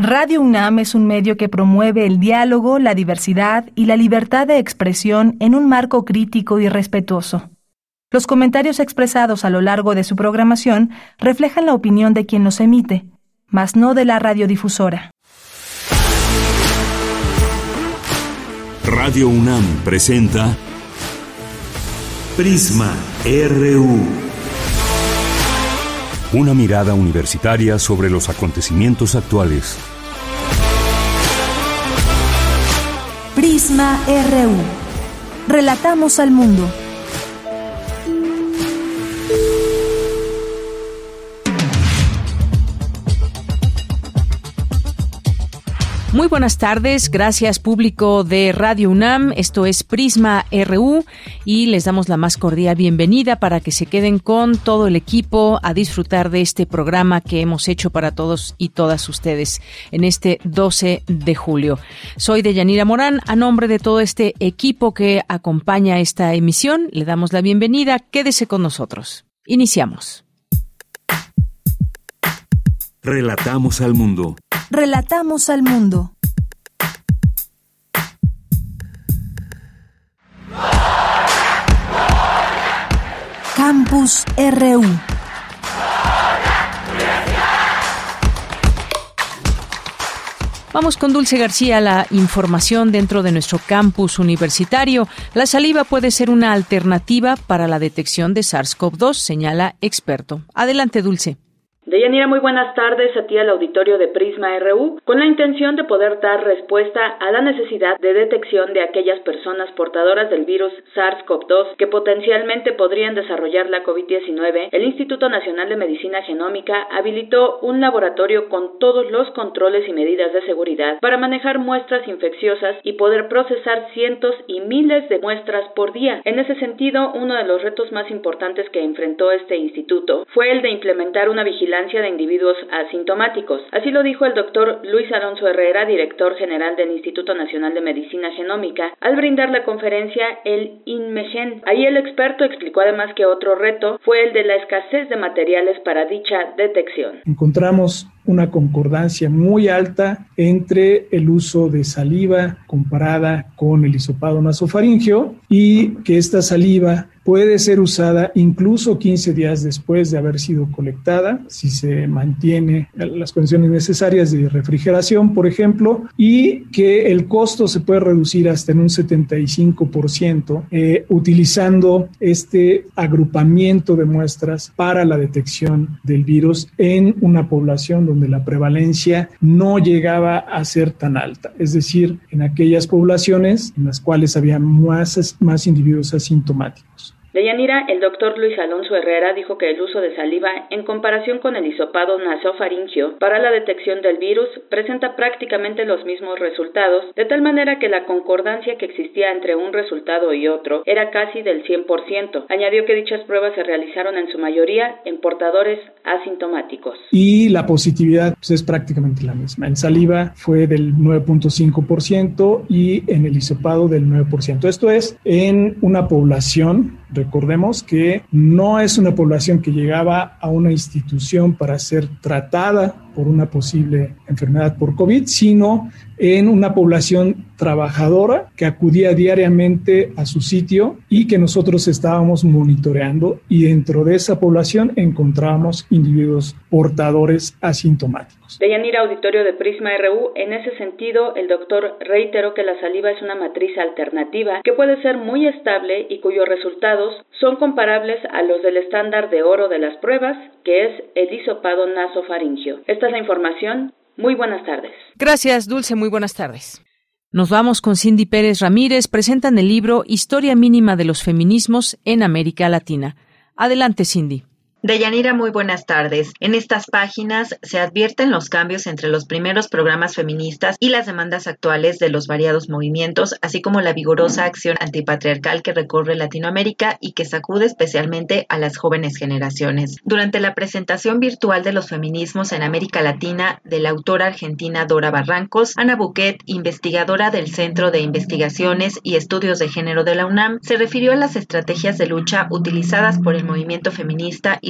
Radio UNAM es un medio que promueve el diálogo, la diversidad y la libertad de expresión en un marco crítico y respetuoso. Los comentarios expresados a lo largo de su programación reflejan la opinión de quien los emite, mas no de la radiodifusora. Radio UNAM presenta Prisma RU. Una mirada universitaria sobre los acontecimientos actuales. Prisma RU. Relatamos al mundo. Muy buenas tardes, gracias público de Radio UNAM, esto es Prisma RU y les damos la más cordial bienvenida para que se queden con todo el equipo a disfrutar de este programa que hemos hecho para todos y todas ustedes en este 12 de julio. Soy Deyanira Morán, a nombre de todo este equipo que acompaña esta emisión, le damos la bienvenida, quédese con nosotros. Iniciamos. Relatamos al mundo. Relatamos al mundo. Campus RU. Vamos con Dulce García a la información dentro de nuestro campus universitario. La saliva puede ser una alternativa para la detección de SARS-CoV-2, señala experto. Adelante, Dulce. Deyanira, muy buenas tardes a ti al auditorio de Prisma RU, con la intención de poder dar respuesta a la necesidad de detección de aquellas personas portadoras del virus SARS-CoV-2 que potencialmente podrían desarrollar la COVID-19. El Instituto Nacional de Medicina Genómica habilitó un laboratorio con todos los controles y medidas de seguridad para manejar muestras infecciosas y poder procesar cientos y miles de muestras por día. En ese sentido, uno de los retos más importantes que enfrentó este instituto fue el de implementar una vigilancia de individuos asintomáticos. Así lo dijo el doctor Luis Alonso Herrera, director general del Instituto Nacional de Medicina Genómica, al brindar la conferencia El INMEGEN. Ahí el experto explicó además que otro reto fue el de la escasez de materiales para dicha detección. Encontramos una concordancia muy alta entre el uso de saliva comparada con el hisopado nasofaríngeo y que esta saliva puede ser usada incluso 15 días después de haber sido colectada, si se mantiene las condiciones necesarias de refrigeración, por ejemplo, y que el costo se puede reducir hasta en un 75% utilizando este agrupamiento de muestras para la detección del virus en una población donde la prevalencia no llegaba a ser tan alta, es decir, en aquellas poblaciones en las cuales había más individuos asintomáticos. Deyanira, el doctor Luis Alonso Herrera dijo que el uso de saliva en comparación con el hisopado nasofaríngeo para la detección del virus presenta prácticamente los mismos resultados, de tal manera que la concordancia que existía entre un resultado y otro era casi del 100%. Añadió que dichas pruebas se realizaron en su mayoría en portadores asintomáticos. Y la positividad es prácticamente la misma. En saliva fue del 9.5% y en el hisopado del 9%. Esto es en una población. Recordemos que no es una población que llegaba a una institución para ser tratada por una posible enfermedad por COVID, sino en una población trabajadora que acudía diariamente a su sitio y que nosotros estábamos monitoreando, y dentro de esa población encontrábamos individuos portadores asintomáticos. Deyanira, auditorio de Prisma RU, en ese sentido, el doctor reiteró que la saliva es una matriz alternativa que puede ser muy estable y cuyos resultados son comparables a los del estándar de oro de las pruebas, que es el hisopado nasofaríngeo. Esta es la información. Muy buenas tardes. Gracias, Dulce. Muy buenas tardes. Nos vamos con Cindy Pérez Ramírez. Presentan el libro Historia mínima de los feminismos en América Latina. Adelante, Cindy. Deyanira, muy buenas tardes. En estas páginas se advierten los cambios entre los primeros programas feministas y las demandas actuales de los variados movimientos, así como la vigorosa acción antipatriarcal que recorre Latinoamérica y que sacude especialmente a las jóvenes generaciones. Durante la presentación virtual de los feminismos en América Latina de la autora argentina Dora Barrancos, Ana Buquet, investigadora del Centro de Investigaciones y Estudios de Género de la UNAM, se refirió a las estrategias de lucha utilizadas por el movimiento feminista y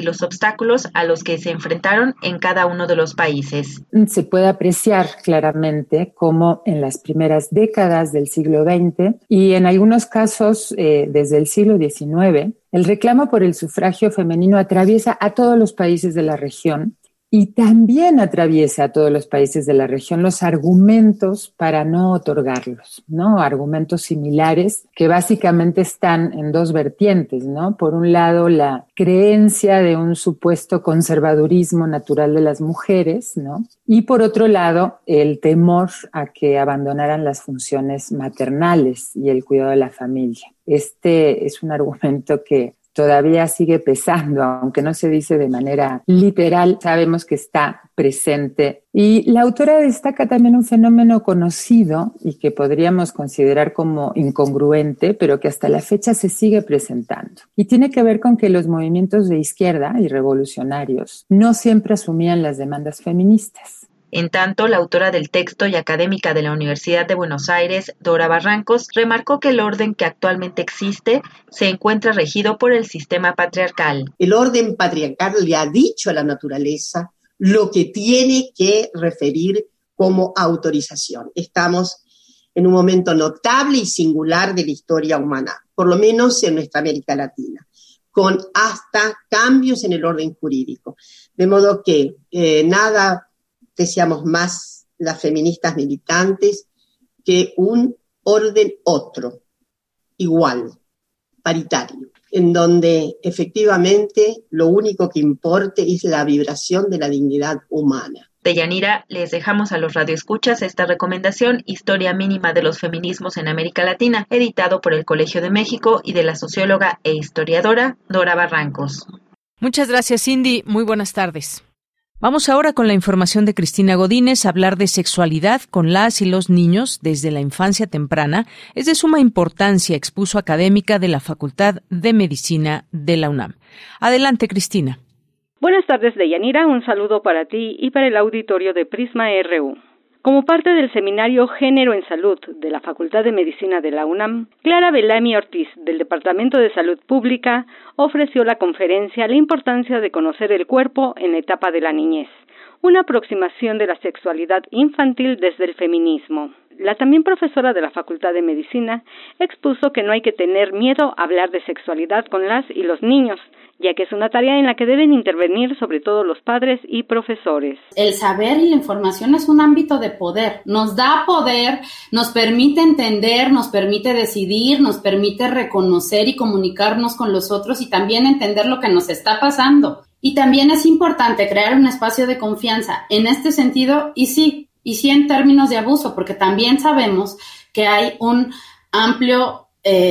y los obstáculos a los que se enfrentaron en cada uno de los países. Se puede apreciar claramente cómo en las primeras décadas del siglo XX y en algunos casos desde el siglo XIX, el reclamo por el sufragio femenino atraviesa a todos los países de la región y también atraviesa a todos los países de la región los argumentos para no otorgarlos, ¿no? Argumentos similares que básicamente están en dos vertientes, ¿no? Por un lado, la creencia de un supuesto conservadurismo natural de las mujeres, ¿no? Y por otro lado, el temor a que abandonaran las funciones maternales y el cuidado de la familia. Este es un argumento que todavía sigue pesando, aunque no se dice de manera literal, sabemos que está presente. Y la autora destaca también un fenómeno conocido y que podríamos considerar como incongruente, pero que hasta la fecha se sigue presentando. Y tiene que ver con que los movimientos de izquierda y revolucionarios no siempre asumían las demandas feministas. En tanto, la autora del texto y académica de la Universidad de Buenos Aires, Dora Barrancos, remarcó que el orden que actualmente existe se encuentra regido por el sistema patriarcal. El orden patriarcal le ha dicho a la naturaleza lo que tiene que referir como autorización. Estamos en un momento notable y singular de la historia humana, por lo menos en nuestra América Latina, con hasta cambios en el orden jurídico. De modo que nada deseamos más las feministas militantes que un orden otro, igual, paritario, en donde efectivamente lo único que importe es la vibración de la dignidad humana. Deyanira, les dejamos a los radioescuchas esta recomendación, Historia mínima de los feminismos en América Latina, editado por el Colegio de México y de la socióloga e historiadora Dora Barrancos. Muchas gracias, Cindy. Muy buenas tardes. Vamos ahora con la información de Cristina Godínez. Hablar de sexualidad con las y los niños desde la infancia temprana es de suma importancia, expuso académica de la Facultad de Medicina de la UNAM. Adelante, Cristina. Buenas tardes, Deyanira. Un saludo para ti y para el auditorio de Prisma RU. Como parte del seminario Género en Salud de la Facultad de Medicina de la UNAM, Clara Bellamy Ortiz, del Departamento de Salud Pública, ofreció la conferencia La importancia de conocer el cuerpo en la etapa de la niñez, una aproximación de la sexualidad infantil desde el feminismo. La también profesora de la Facultad de Medicina expuso que no hay que tener miedo a hablar de sexualidad con las y los niños, ya que es una tarea en la que deben intervenir sobre todo los padres y profesores. El saber y la información es un ámbito de poder, nos da poder, nos permite entender, nos permite decidir, nos permite reconocer y comunicarnos con los otros y también entender lo que nos está pasando. Y también es importante crear un espacio de confianza en este sentido y sí en términos de abuso, porque también sabemos que hay un amplio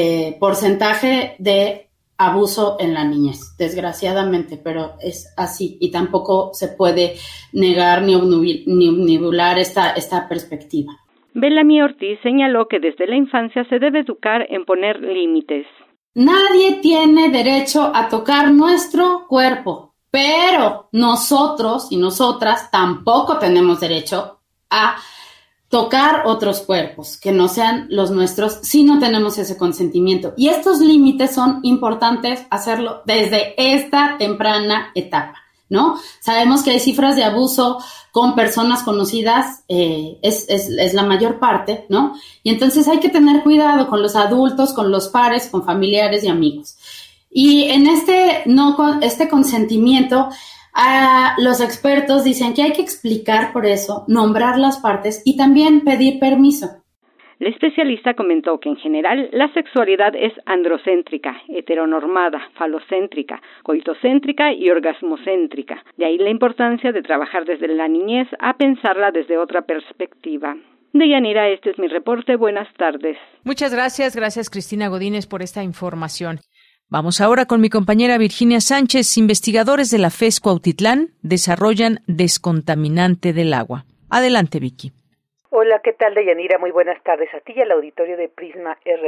porcentaje de abuso en la niñez, desgraciadamente, pero es así y tampoco se puede negar ni obnubilar esta perspectiva. Bellamy Ortiz señaló que desde la infancia se debe educar en poner límites. Nadie tiene derecho a tocar nuestro cuerpo, pero nosotros y nosotras tampoco tenemos derecho a tocar otros cuerpos que no sean los nuestros si no tenemos ese consentimiento. Y estos límites son importantes hacerlo desde esta temprana etapa, ¿no? Sabemos que hay cifras de abuso con personas conocidas, es la mayor parte, ¿no? Y entonces hay que tener cuidado con los adultos, con los pares, con familiares y amigos. Y en este consentimiento, los expertos dicen que hay que explicar por eso, nombrar las partes y también pedir permiso. La especialista comentó que en general la sexualidad es androcéntrica, heteronormada, falocéntrica, coitocéntrica y orgasmocéntrica. De ahí la importancia de trabajar desde la niñez a pensarla desde otra perspectiva. Deyanira, este es mi reporte. Buenas tardes. Muchas gracias. Gracias, Cristina Godínez, por esta información. Vamos ahora con mi compañera Virginia Sánchez. Investigadores de la FES Cuautitlán desarrollan descontaminante del agua. Adelante, Vicky. Hola, ¿qué tal, Deyanira? Muy buenas tardes a ti y al auditorio de Prisma RU.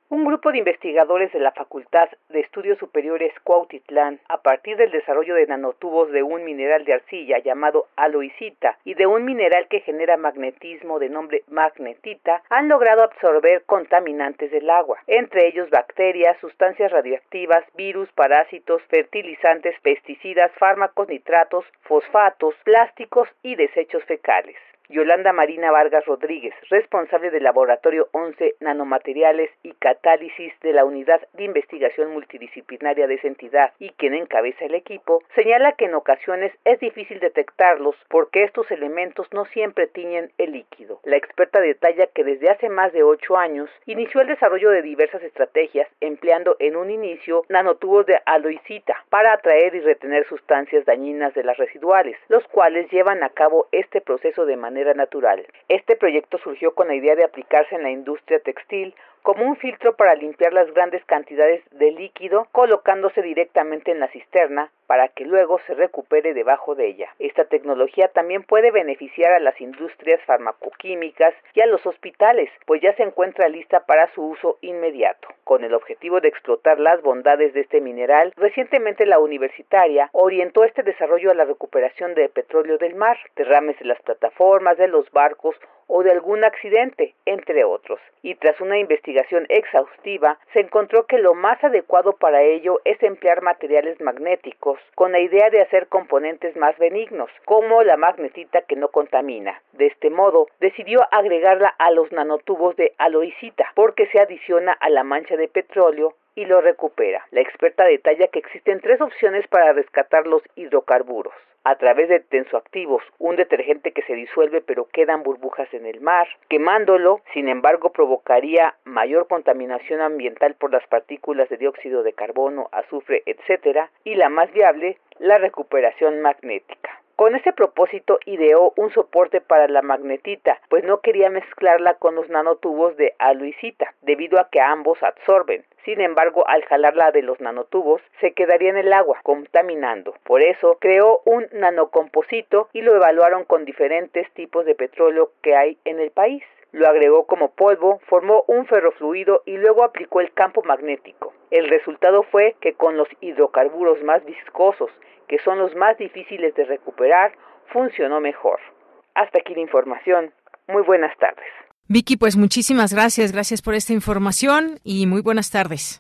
Un grupo de investigadores de la Facultad de Estudios Superiores Cuautitlán, a partir del desarrollo de nanotubos de un mineral de arcilla llamado aloicita y de un mineral que genera magnetismo de nombre magnetita, han logrado absorber contaminantes del agua, entre ellos bacterias, sustancias radioactivas, virus, parásitos, fertilizantes, pesticidas, fármacos, nitratos, fosfatos, plásticos y desechos fecales. Yolanda Marina Vargas Rodríguez, responsable del Laboratorio 11 Nanomateriales y Catálisis de la Unidad de Investigación Multidisciplinaria de esa entidad y quien encabeza el equipo, señala que en ocasiones es difícil detectarlos porque estos elementos no siempre tiñen el líquido. La experta detalla que desde hace más de 8 años inició el desarrollo de diversas estrategias empleando en un inicio nanotubos de aloicita para atraer y retener sustancias dañinas de las residuales, los cuales llevan a cabo este proceso de manera natural. Este proyecto surgió con la idea de aplicarse en la industria textil como un filtro para limpiar las grandes cantidades de líquido colocándose directamente en la cisterna para que luego se recupere debajo de ella. Esta tecnología también puede beneficiar a las industrias farmacoquímicas y a los hospitales, pues ya se encuentra lista para su uso inmediato. Con el objetivo de explotar las bondades de este mineral, recientemente la universitaria orientó este desarrollo a la recuperación de petróleo del mar, derrames de las plataformas, de los barcos o de algún accidente, entre otros. Y tras una investigación exhaustiva, se encontró que lo más adecuado para ello es emplear materiales magnéticos, con la idea de hacer componentes más benignos, como la magnetita que no contamina. De este modo, decidió agregarla a los nanotubos de aloicita, porque se adiciona a la mancha de petróleo y lo recupera. La experta detalla que existen 3 opciones para rescatar los hidrocarburos: a través de tensoactivos, un detergente que se disuelve pero quedan burbujas en el mar. Quemándolo, sin embargo, provocaría mayor contaminación ambiental por las partículas de dióxido de carbono, azufre, etc. Y la más viable, la recuperación magnética. Con ese propósito ideó un soporte para la magnetita, pues no quería mezclarla con los nanotubos de aloicita, debido a que ambos absorben. Sin embargo, al jalarla de los nanotubos, se quedaría en el agua, contaminando. Por eso, creó un nanocomposito y lo evaluaron con diferentes tipos de petróleo que hay en el país. Lo agregó como polvo, formó un ferrofluido y luego aplicó el campo magnético. El resultado fue que con los hidrocarburos más viscosos, que son los más difíciles de recuperar, funcionó mejor. Hasta aquí la información. Muy buenas tardes. Vicky, pues muchísimas gracias. Gracias por esta información y muy buenas tardes.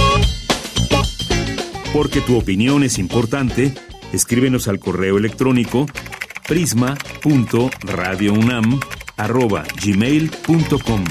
Porque tu opinión es importante, escríbenos al correo electrónico prisma.radiounam@gmail.com.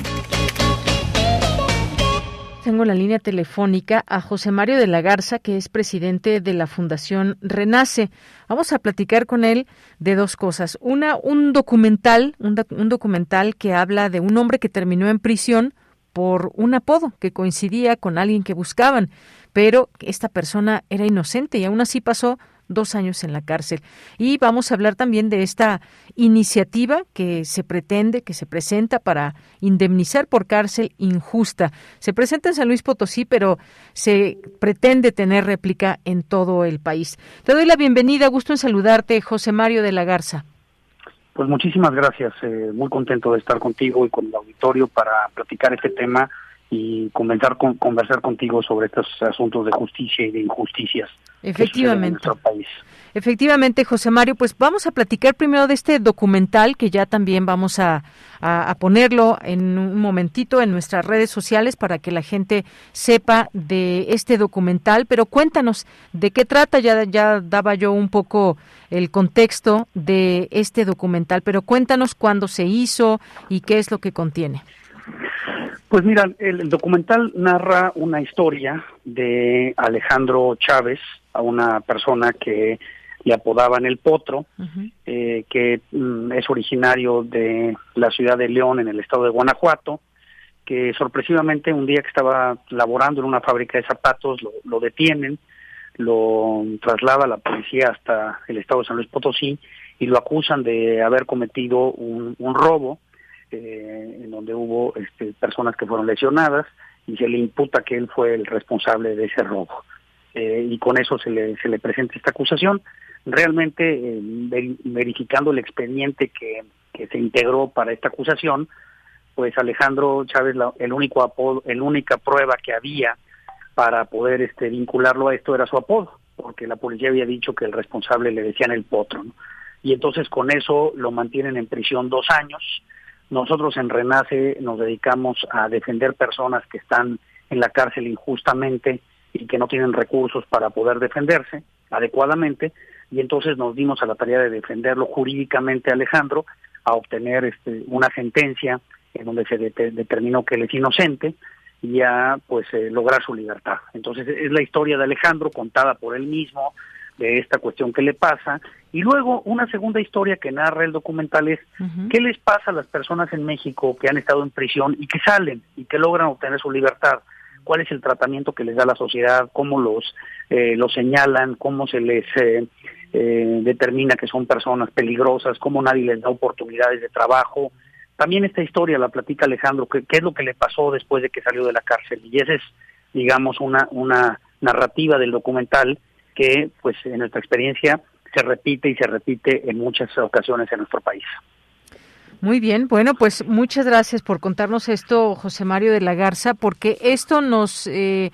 Tengo la línea telefónica a José Mario de la Garza, que es presidente de la Fundación Renace. Vamos a platicar con él de 2 cosas. Una, un documental que habla de un hombre que terminó en prisión por un apodo que coincidía con alguien que buscaban, pero esta persona era inocente y aún así pasó 2 años en la cárcel. Y vamos a hablar también de esta iniciativa que se presenta para indemnizar por cárcel injusta. Se presenta en San Luis Potosí, pero se pretende tener réplica en todo el país. Te doy la bienvenida, gusto en saludarte, José Mario de la Garza. Pues muchísimas gracias, muy contento de estar contigo y con el auditorio para platicar este tema y conversar contigo sobre estos asuntos de justicia y de injusticias. Efectivamente. En nuestro país. Efectivamente, José Mario, pues vamos a platicar primero de este documental que ya también vamos a ponerlo en un momentito en nuestras redes sociales para que la gente sepa de este documental, pero cuéntanos de qué trata. Ya daba yo un poco el contexto de este documental, pero cuéntanos cuándo se hizo y qué es lo que contiene. Pues mira, el documental narra una historia de Alejandro Chávez, a una persona que le apodaban El Potro, que es originario de la ciudad de León, en el estado de Guanajuato, que sorpresivamente un día que estaba laborando en una fábrica de zapatos lo detienen, lo traslada la policía hasta el estado de San Luis Potosí y lo acusan de haber cometido un robo, en donde hubo personas que fueron lesionadas y se le imputa que él fue el responsable de ese robo. Y con eso se le presenta esta acusación. Realmente, verificando el expediente que se integró para esta acusación, pues Alejandro Chávez, la única prueba que había para poder vincularlo a esto era su apodo, porque la policía había dicho que el responsable le decían el Potro, ¿no? Y entonces con eso lo mantienen en prisión 2 años. Nosotros en Renace nos dedicamos a defender personas que están en la cárcel injustamente y que no tienen recursos para poder defenderse adecuadamente, y entonces nos dimos a la tarea de defenderlo jurídicamente a Alejandro, a obtener una sentencia en donde se determinó que él es inocente y a lograr su libertad. Entonces es la historia de Alejandro contada por él mismo, de esta cuestión que le pasa, y luego una segunda historia que narra el documental es qué les pasa a las personas en México que han estado en prisión y que salen y que logran obtener su libertad. ¿Cuál es el tratamiento que les da la sociedad? ¿Cómo los señalan? ¿Cómo se les determina que son personas peligrosas? ¿Cómo nadie les da oportunidades de trabajo? También esta historia la platica Alejandro, qué es lo que le pasó después de que salió de la cárcel, y esa es, digamos, una narrativa del documental que, pues, en nuestra experiencia se repite en muchas ocasiones en nuestro país. Muy bien, bueno, pues muchas gracias por contarnos esto, José Mario de la Garza, porque esto nos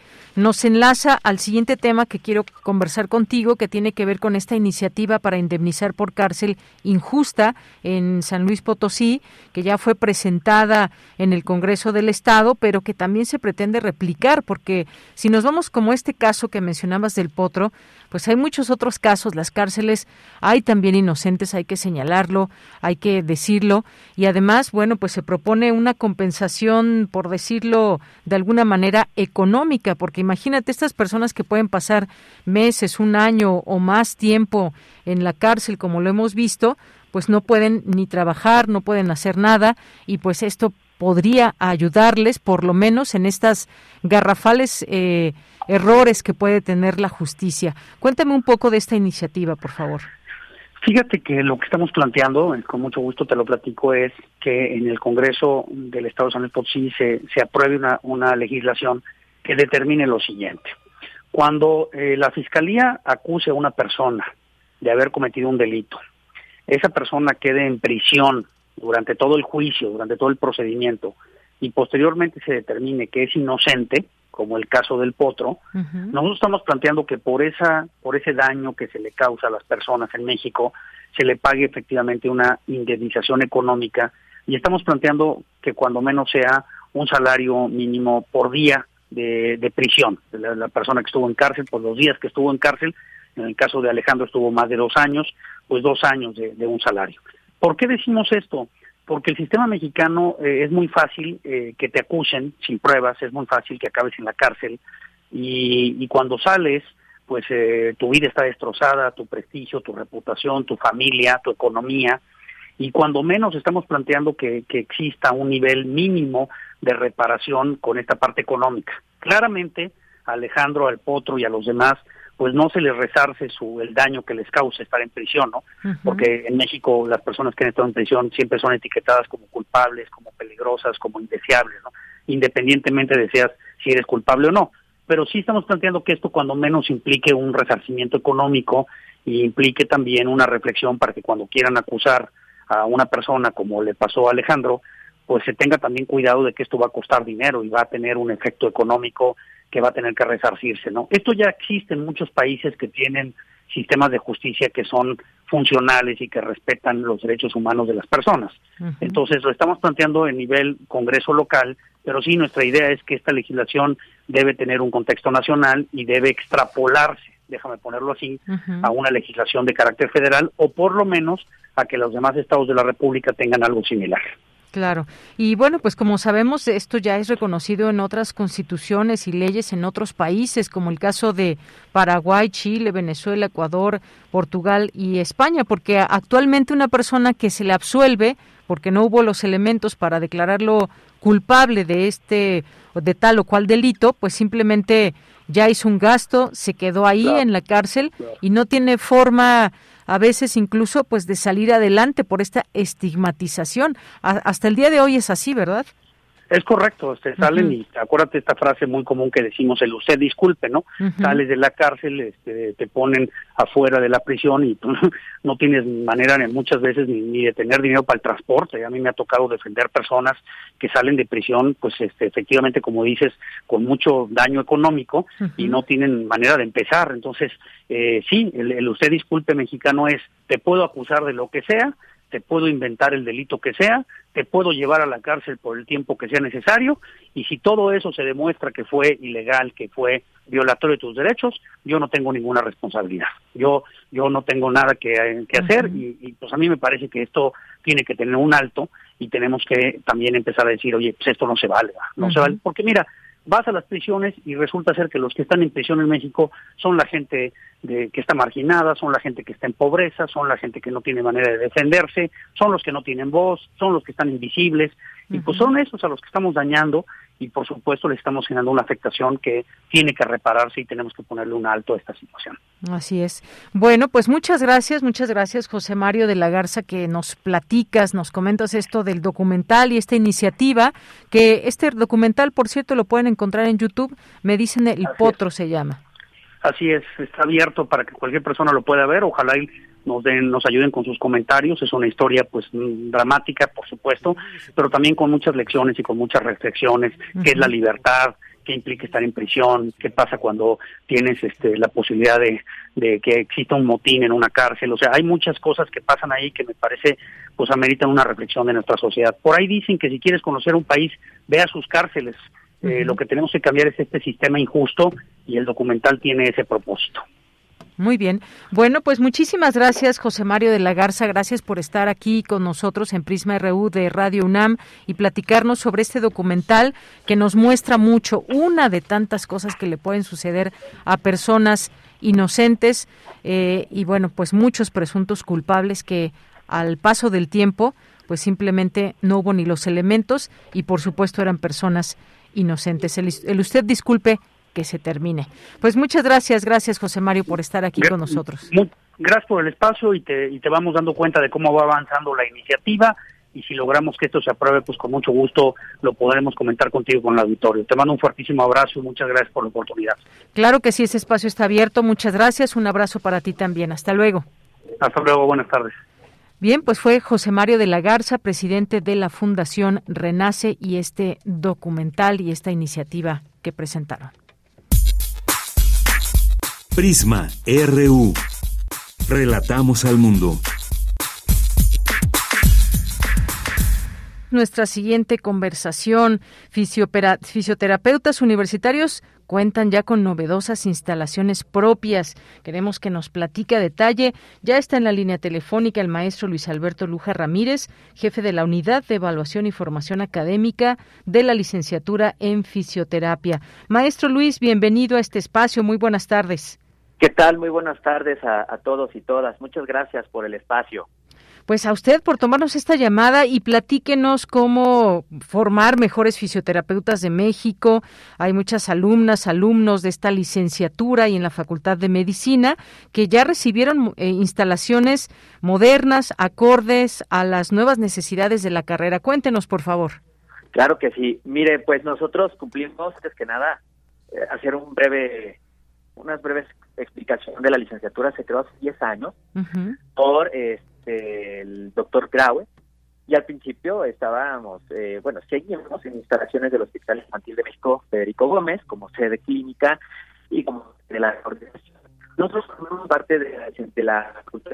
enlaza al siguiente tema que quiero conversar contigo, que tiene que ver con esta iniciativa para indemnizar por cárcel injusta en San Luis Potosí, que ya fue presentada en el Congreso del Estado, pero que también se pretende replicar, porque si nos vamos como este caso que mencionabas del Potro, pues hay muchos otros casos. Las cárceles hay también inocentes, hay que señalarlo, hay que decirlo, y además, bueno, pues se propone una compensación, por decirlo de alguna manera, económica, porque imagínate estas personas que pueden pasar meses, 1 año o más tiempo en la cárcel, como lo hemos visto, pues no pueden ni trabajar, no pueden hacer nada, y pues esto podría ayudarles, por lo menos en estas garrafales errores que puede tener la justicia. Cuéntame un poco de esta iniciativa, por favor. Fíjate que lo que estamos planteando, con mucho gusto te lo platico, es que en el Congreso del Estado de San Luis Potosí se apruebe una legislación que determine lo siguiente. Cuando la Fiscalía acuse a una persona de haber cometido un delito, esa persona quede en prisión durante todo el juicio, durante todo el procedimiento, y posteriormente se determine que es inocente, como el caso del Potro, nosotros estamos planteando que por ese daño que se le causa a las personas en México, se le pague efectivamente una indemnización económica, y estamos planteando que cuando menos sea un salario mínimo por día de prisión. La persona que estuvo en cárcel, por los días que estuvo en cárcel, en el caso de Alejandro estuvo más de 2 años, pues 2 años de un salario. ¿Por qué decimos esto? Porque el sistema mexicano es muy fácil que te acusen sin pruebas, es muy fácil que acabes en la cárcel, y cuando sales, pues tu vida está destrozada, tu prestigio, tu reputación, tu familia, tu economía, y cuando menos estamos planteando que exista un nivel mínimo de reparación con esta parte económica. Claramente a Alejandro, al Potro y a los demás, pues no se les resarce el daño que les causa estar en prisión, ¿no? Porque en México las personas que han estado en prisión siempre son etiquetadas como culpables, como peligrosas, como indeseables, ¿no? Independientemente de si eres culpable o no. Pero sí estamos planteando que esto cuando menos implique un resarcimiento económico y implique también una reflexión para que cuando quieran acusar a una persona como le pasó a Alejandro, pues se tenga también cuidado de que esto va a costar dinero y va a tener un efecto económico que va a tener que resarcirse, ¿no? Esto ya existe en muchos países que tienen sistemas de justicia que son funcionales y que respetan los derechos humanos de las personas. Entonces lo estamos planteando en nivel Congreso local, pero sí nuestra idea es que esta legislación debe tener un contexto nacional y debe extrapolarse, déjame ponerlo así, a una legislación de carácter federal, o por lo menos a que los demás estados de la República tengan algo similar. Claro. Y bueno, pues como sabemos, esto ya es reconocido en otras constituciones y leyes en otros países, como el caso de Paraguay, Chile, Venezuela, Ecuador, Portugal y España, porque actualmente una persona que se le absuelve porque no hubo los elementos para declararlo culpable de tal o cual delito, pues simplemente ya hizo un gasto, se quedó ahí en la cárcel y no tiene forma, a veces incluso, pues de salir adelante por esta estigmatización. Hasta el día de hoy es así, ¿verdad? Es correcto, salen y acuérdate esta frase muy común que decimos, el usted disculpe, ¿no? Sales de la cárcel, te ponen afuera de la prisión y tú no tienes manera muchas veces ni de tener dinero para el transporte. A mí me ha tocado defender personas que salen de prisión, pues efectivamente, como dices, con mucho daño económico y no tienen manera de empezar. Entonces, sí, el usted disculpe mexicano es, te puedo acusar de lo que sea, te puedo inventar el delito que sea, te puedo llevar a la cárcel por el tiempo que sea necesario, y si todo eso se demuestra que fue ilegal, que fue violatorio de tus derechos, yo no tengo ninguna responsabilidad. Yo no tengo nada que hacer, y pues a mí me parece que esto tiene que tener un alto, y tenemos que también empezar a decir, oye, pues esto no se vale, no se vale, porque mira, vas a las prisiones y resulta ser que los que están en prisión en México son la gente que está marginada, son la gente que está en pobreza, son la gente que no tiene manera de defenderse, son los que no tienen voz, son los que están invisibles, y pues son esos a los que estamos dañando, y por supuesto le estamos generando una afectación que tiene que repararse y tenemos que ponerle un alto a esta situación. Así es. Bueno, pues muchas gracias José Mario de la Garza, que nos platicas, nos comentas esto del documental y esta iniciativa, que este documental, por cierto, lo pueden encontrar en YouTube, me dicen El Potro se llama. Así es, está abierto para que cualquier persona lo pueda ver, ojalá nos ayuden con sus comentarios. Es una historia pues dramática, por supuesto, pero también con muchas lecciones y con muchas reflexiones, qué es la libertad, qué implica estar en prisión, qué pasa cuando tienes la posibilidad de que exista un motín en una cárcel. O sea, hay muchas cosas que pasan ahí que me parece pues ameritan una reflexión de nuestra sociedad. Por ahí dicen que si quieres conocer un país, ve a sus cárceles. Lo que tenemos que cambiar es este sistema injusto, y el documental tiene ese propósito. Muy bien. Bueno, pues muchísimas gracias, José Mario de la Garza. Gracias por estar aquí con nosotros en Prisma RU de Radio UNAM y platicarnos sobre este documental que nos muestra mucho, una de tantas cosas que le pueden suceder a personas inocentes y bueno, pues muchos presuntos culpables que al paso del tiempo pues simplemente no hubo ni los elementos y por supuesto eran personas inocentes. El usted disculpe que se termine. Pues muchas gracias José Mario por estar aquí con nosotros. Gracias por el espacio y te vamos dando cuenta de cómo va avanzando la iniciativa, y si logramos que esto se apruebe, pues con mucho gusto lo podremos comentar contigo con el auditorio. Te mando un fuertísimo abrazo y muchas gracias por la oportunidad. Claro que sí, ese espacio está abierto. Muchas gracias. Un abrazo para ti también. Hasta luego. Hasta luego. Buenas tardes. Bien, pues fue José Mario de la Garza, presidente de la Fundación Renace, y este documental y esta iniciativa que presentaron. Prisma RU. Relatamos al mundo. Nuestra siguiente conversación, fisioterapeutas universitarios cuentan ya con novedosas instalaciones propias. Queremos que nos platique a detalle. Ya está en la línea telefónica el maestro Luis Alberto Luja Ramírez, jefe de la Unidad de Evaluación y Formación Académica de la Licenciatura en Fisioterapia. Maestro Luis, bienvenido a este espacio. Muy buenas tardes. ¿Qué tal? Muy buenas tardes a todos y todas. Muchas gracias por el espacio. Pues a usted por tomarnos esta llamada y platíquenos cómo formar mejores fisioterapeutas de México. Hay muchas alumnas, alumnos de esta licenciatura y en la Facultad de Medicina que ya recibieron instalaciones modernas, acordes a las nuevas necesidades de la carrera. Cuéntenos, por favor. Claro que sí. Mire, pues nosotros cumplimos, antes que nada, hacer unas breves explicaciones de la licenciatura. Se creó hace 10 años por el doctor Graue, y al principio estábamos, seguimos en instalaciones del Hospital Infantil de México Federico Gómez como sede clínica y como de la organización. Nosotros formamos parte de la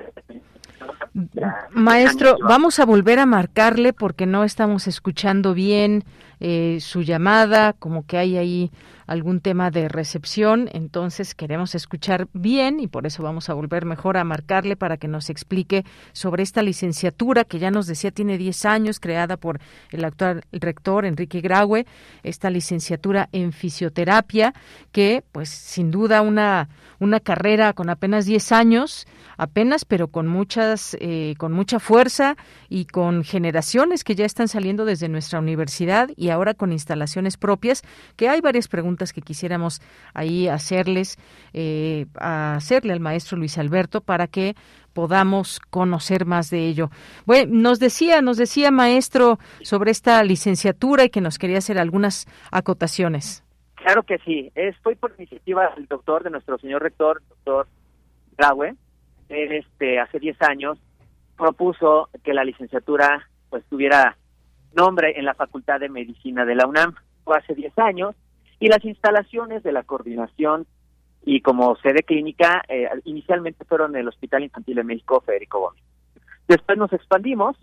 Maestro, vamos a volver a marcarle porque no estamos escuchando bien su llamada, como que hay ahí algún tema de recepción, entonces queremos escuchar bien y por eso vamos a volver mejor a marcarle para que nos explique sobre esta licenciatura que ya nos decía tiene 10 años, creada por el actual rector Enrique Graue, esta licenciatura en fisioterapia que pues sin duda una carrera con apenas 10 años, pero con mucha fuerza y con generaciones que ya están saliendo desde nuestra universidad y ahora con instalaciones propias, que hay varias preguntas preguntas que quisiéramos ahí hacerle al maestro Luis Alberto para que podamos conocer más de ello. Bueno, nos decía maestro sobre esta licenciatura y que nos quería hacer algunas acotaciones. Claro que sí, estoy por iniciativa del doctor, de nuestro señor rector, doctor Graue. Él hace 10 años propuso que la licenciatura pues tuviera nombre en la Facultad de Medicina de la UNAM. Fue hace 10 años y las instalaciones de la coordinación y como sede clínica inicialmente fueron en el Hospital Infantil de México Federico Gómez. Después nos expandimos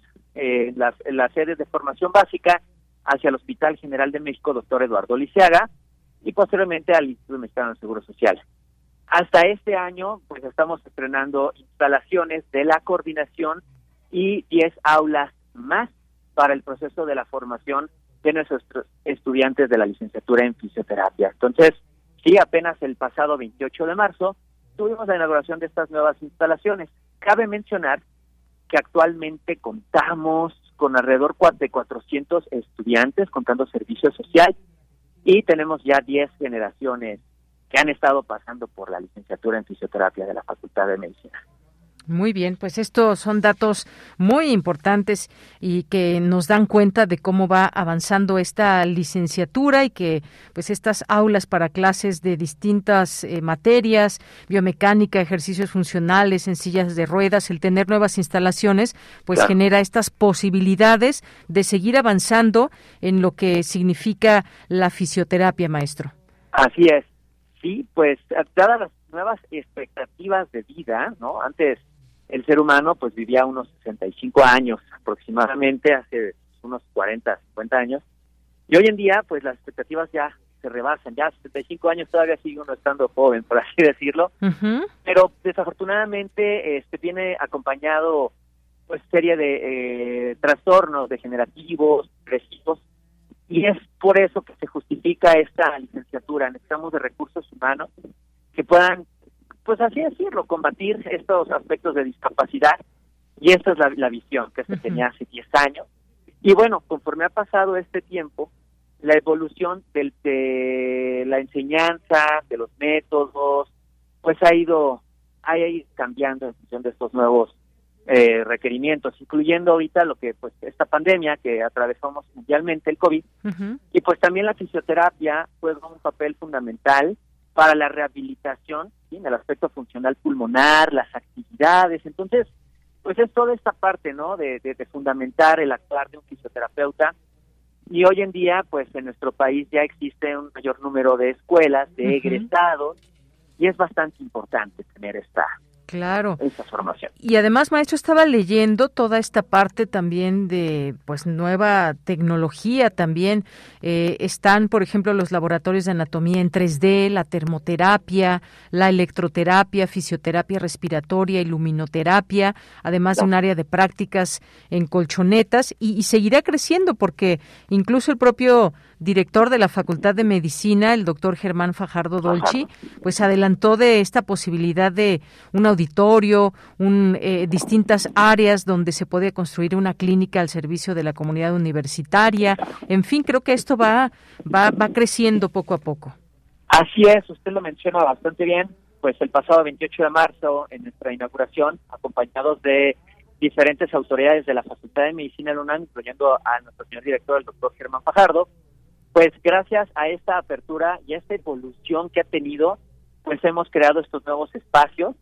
las sedes de formación básica hacia el Hospital General de México Dr. Eduardo Lisiaga y posteriormente al Instituto Mexicano del Seguro Social. Hasta este año pues estamos estrenando instalaciones de la coordinación y 10 aulas más para el proceso de la formación de nuestros estudiantes de la licenciatura en fisioterapia. Entonces, sí, apenas el pasado 28 de marzo tuvimos la inauguración de estas nuevas instalaciones. Cabe mencionar que actualmente contamos con alrededor de 400 estudiantes, contando servicio social, y tenemos ya 10 generaciones que han estado pasando por la licenciatura en fisioterapia de la Facultad de Medicina. Muy bien, pues estos son datos muy importantes y que nos dan cuenta de cómo va avanzando esta licenciatura y que pues estas aulas para clases de distintas materias, biomecánica, ejercicios funcionales, en sillas de ruedas, el tener nuevas instalaciones, pues claro, genera estas posibilidades de seguir avanzando en lo que significa la fisioterapia, maestro. Así es, sí, pues dadas las nuevas expectativas de vida, ¿no? Antes el ser humano pues vivía unos 65 años aproximadamente, hace unos 40, 50 años, y hoy en día pues las expectativas ya se rebasan, ya 65 años todavía sigue uno estando joven, por así decirlo, pero desafortunadamente viene acompañado pues serie de trastornos degenerativos, agresivos, y es por eso que se justifica esta licenciatura. Necesitamos de recursos humanos que puedan, pues así decirlo, combatir estos aspectos de discapacidad, y esta es la visión que se tenía hace 10 años. Y bueno, conforme ha pasado este tiempo, la evolución de la enseñanza, de los métodos, pues ha ido cambiando en función de estos nuevos requerimientos, incluyendo ahorita lo que pues esta pandemia que atravesamos mundialmente, el COVID, y pues también la fisioterapia juega un papel fundamental para la rehabilitación, ¿sí?, en el aspecto funcional pulmonar, las actividades. Entonces, pues es toda esta parte, ¿no?, de fundamentar el actuar de un fisioterapeuta. Y hoy en día, pues en nuestro país ya existe un mayor número de escuelas, de egresados, y es bastante importante tener esa formación. Y además, maestro, estaba leyendo toda esta parte también de pues nueva tecnología también. Están, por ejemplo, los laboratorios de anatomía en 3D, la termoterapia, la electroterapia, fisioterapia respiratoria y luminoterapia, además de un área de prácticas en colchonetas, y seguirá creciendo porque incluso el propio director de la Facultad de Medicina, el doctor Germán Fajardo Dolci, pues adelantó de esta posibilidad de un auditorio, distintas áreas donde se puede construir una clínica al servicio de la comunidad universitaria. En fin, creo que esto va creciendo poco a poco. Así es, usted lo menciona bastante bien. Pues el pasado 28 de marzo, en nuestra inauguración, acompañados de diferentes autoridades de la Facultad de Medicina de la UNAM, incluyendo a nuestro señor director, el doctor Germán Fajardo, pues gracias a esta apertura y a esta evolución que ha tenido, pues hemos creado estos nuevos espacios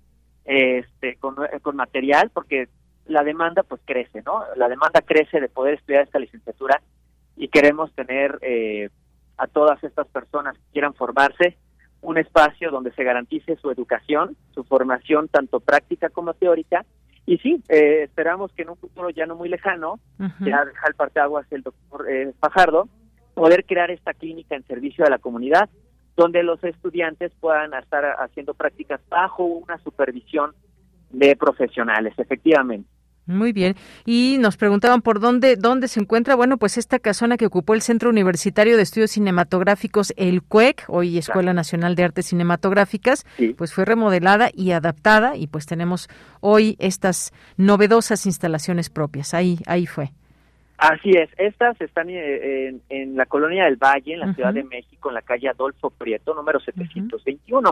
con material, porque la demanda pues crece, ¿no? La demanda crece de poder estudiar esta licenciatura, y queremos tener a todas estas personas que quieran formarse un espacio donde se garantice su educación, su formación tanto práctica como teórica. Y sí, esperamos que en un futuro ya no muy lejano, ya deja el parteaguas el doctor Fajardo, poder crear esta clínica en servicio de la comunidad, donde los estudiantes puedan estar haciendo prácticas bajo una supervisión de profesionales, efectivamente. Muy bien. Y nos preguntaban por dónde se encuentra. Bueno, pues esta casona que ocupó el Centro Universitario de Estudios Cinematográficos, el CUEC, hoy Escuela Nacional de Artes Cinematográficas, pues fue remodelada y adaptada, y pues tenemos hoy estas novedosas instalaciones propias. Ahí fue. Así es, estas están en la Colonia del Valle, en la Ciudad de México, en la calle Adolfo Prieto, número 721.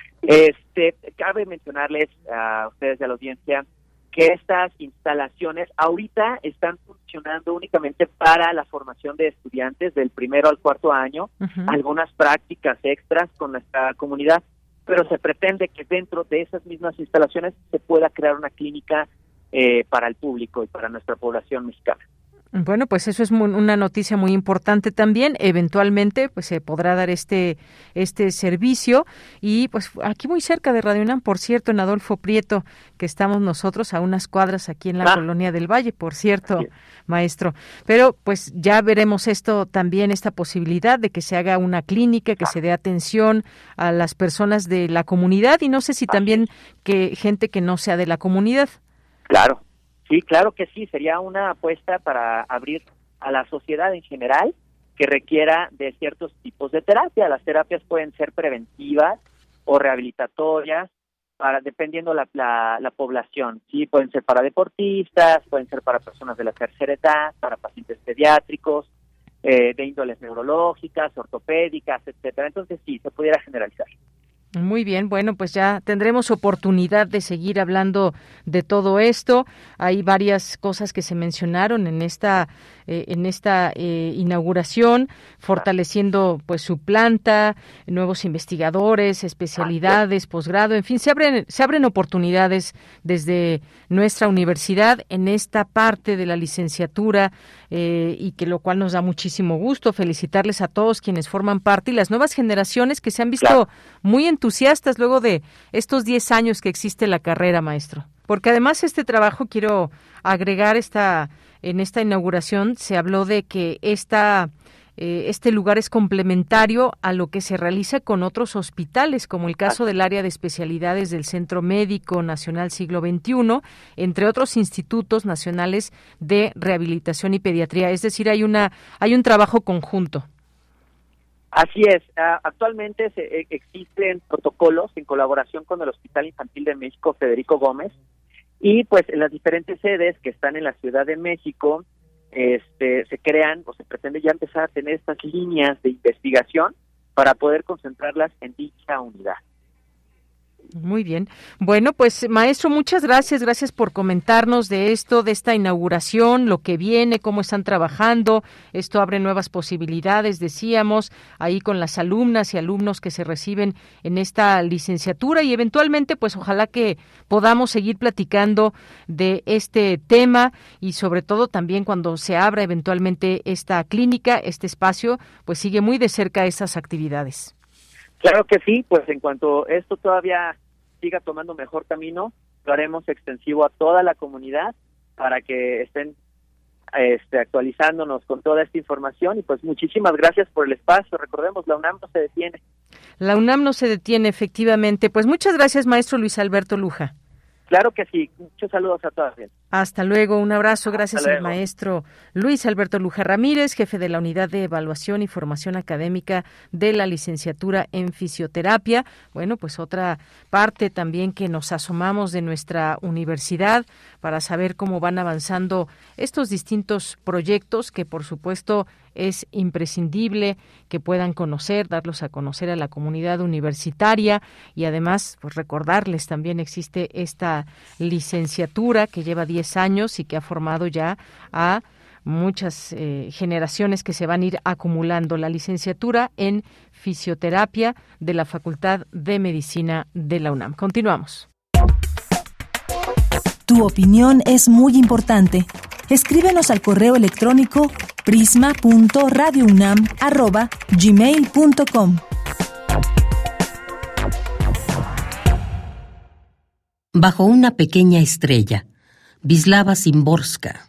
Cabe mencionarles a ustedes de la audiencia que estas instalaciones ahorita están funcionando únicamente para la formación de estudiantes del 1º al 4º año, algunas prácticas extras con nuestra comunidad, pero se pretende que dentro de esas mismas instalaciones se pueda crear una clínica para el público y para nuestra población mexicana. Bueno, pues eso es una noticia muy importante también. Eventualmente, pues se podrá dar este servicio y pues aquí muy cerca de Radio UNAM, por cierto, en Adolfo Prieto, que estamos nosotros a unas cuadras aquí en la Colonia del Valle, por cierto, maestro. Pero pues ya veremos esto también, esta posibilidad de que se haga una clínica, que se dé atención a las personas de la comunidad y no sé si también que gente que no sea de la comunidad. Claro. Sí, claro que sí, sería una apuesta para abrir a la sociedad en general que requiera de ciertos tipos de terapia. Las terapias pueden ser preventivas o rehabilitatorias, dependiendo la población. Sí, pueden ser para deportistas, pueden ser para personas de la tercera edad, para pacientes pediátricos, de índoles neurológicas, ortopédicas, etcétera. Entonces sí, se pudiera generalizar. Muy bien, bueno, pues ya tendremos oportunidad de seguir hablando de todo esto. Hay varias cosas que se mencionaron en esta inauguración, fortaleciendo pues su planta, nuevos investigadores, especialidades, posgrado, en fin, se abren oportunidades desde nuestra universidad en esta parte de la licenciatura y que lo cual nos da muchísimo gusto. Felicitarles a todos quienes forman parte y las nuevas generaciones que se han visto muy entusiastas luego de estos 10 años que existe la carrera, maestro. Porque además este trabajo, quiero agregar, en esta inauguración se habló de que este lugar es complementario a lo que se realiza con otros hospitales, como el caso del área de especialidades del Centro Médico Nacional Siglo XXI, entre otros institutos nacionales de rehabilitación y pediatría. Es decir, hay un trabajo conjunto. Así es. Actualmente existen protocolos en colaboración con el Hospital Infantil de México Federico Gómez y pues en las diferentes sedes que están en la Ciudad de México se crean o se pretende ya empezar a tener estas líneas de investigación para poder concentrarlas en dicha unidad. Muy bien. Bueno, pues maestro, muchas gracias. Gracias por comentarnos de esto, de esta inauguración, lo que viene, cómo están trabajando. Esto abre nuevas posibilidades, decíamos, ahí con las alumnas y alumnos que se reciben en esta licenciatura y eventualmente, pues ojalá que podamos seguir platicando de este tema y sobre todo también cuando se abra eventualmente esta clínica, este espacio, pues sigue muy de cerca esas actividades. Claro que sí, pues en cuanto esto todavía siga tomando mejor camino, lo haremos extensivo a toda la comunidad para que estén actualizándonos con toda esta información y pues muchísimas gracias por el espacio. Recordemos, la UNAM no se detiene. La UNAM no se detiene, efectivamente. Pues muchas gracias, maestro Luis Alberto Luja. Claro que sí. Muchos saludos a todas. Hasta luego. Un abrazo. Gracias al maestro Luis Alberto Luja Ramírez, jefe de la Unidad de Evaluación y Formación Académica de la Licenciatura en Fisioterapia. Bueno, pues otra parte también que nos asomamos de nuestra universidad para saber cómo van avanzando estos distintos proyectos que, por supuesto, es imprescindible que puedan conocer, darlos a conocer a la comunidad universitaria y además pues recordarles también existe esta licenciatura que lleva 10 años y que ha formado ya a muchas generaciones que se van a ir acumulando. La licenciatura en fisioterapia de la Facultad de Medicina de la UNAM. Continuamos. Tu opinión es muy importante. Escríbenos al correo electrónico prisma.radiounam@gmail.com. Bajo una pequeña estrella, Wisława Szymborska.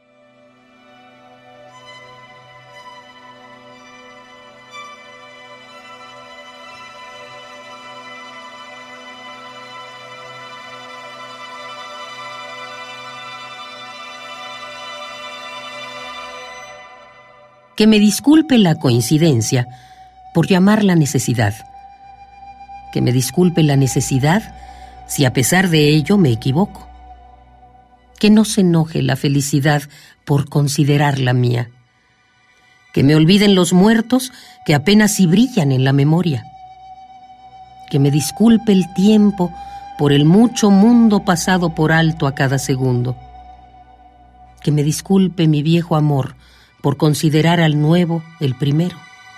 Que me disculpe la coincidencia por llamarla necesidad. Que me disculpe la necesidad si a pesar de ello me equivoco. Que no se enoje la felicidad por considerarla mía. Que me olviden los muertos que apenas si brillan en la memoria. Que me disculpe el tiempo por el mucho mundo pasado por alto a cada segundo. Que me disculpe mi viejo amor por considerar al nuevo el primero.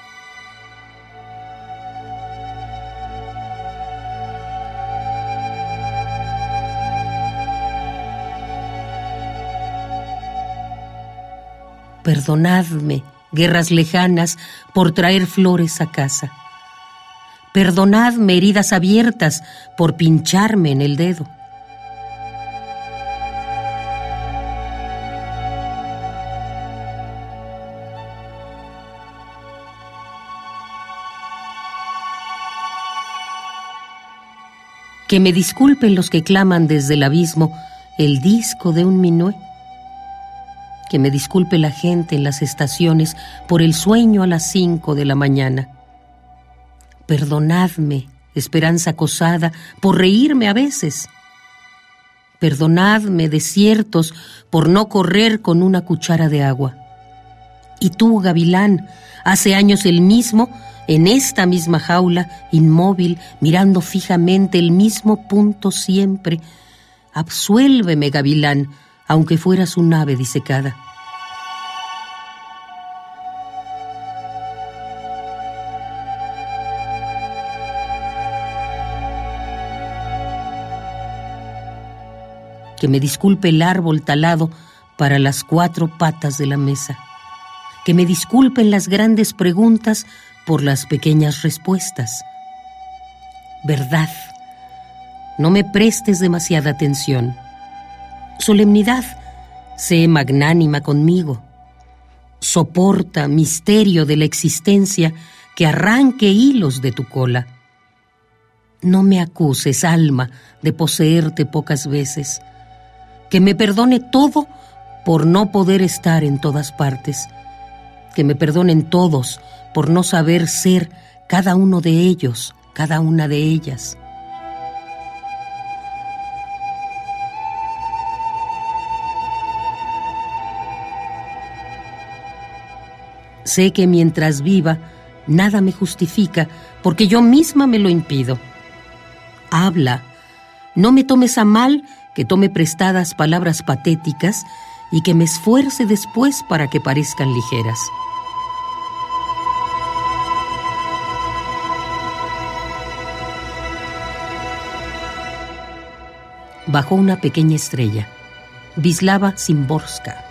Perdonadme, guerras lejanas, por traer flores a casa. Perdonadme, heridas abiertas, por pincharme en el dedo. Que me disculpen los que claman desde el abismo el disco de un minué. Que me disculpe la gente en las estaciones por el sueño a las 5 de la mañana. Perdonadme, esperanza acosada, por reírme a veces. Perdonadme, desiertos, por no correr con una cuchara de agua. Y tú, gavilán, hace años el mismo, en esta misma jaula, inmóvil, mirando fijamente el mismo punto siempre. Absuélveme, gavilán, aunque fueras un ave disecada. Que me disculpe el árbol talado para las 4 patas de la mesa. Que me disculpen las grandes preguntas por las pequeñas respuestas. Verdad, no me prestes demasiada atención. Solemnidad, sé magnánima conmigo. Soporta, misterio de la existencia, que arranque hilos de tu cola. No me acuses, alma, de poseerte pocas veces. Que me perdone todo por no poder estar en todas partes. Que me perdonen todos por no saber ser cada uno de ellos, cada una de ellas. Sé que mientras viva, nada me justifica, porque yo misma me lo impido. Habla, no me tomes a mal que tome prestadas palabras patéticas y que me esfuerce después para que parezcan ligeras. Bajó una pequeña estrella, Wisława Szymborska.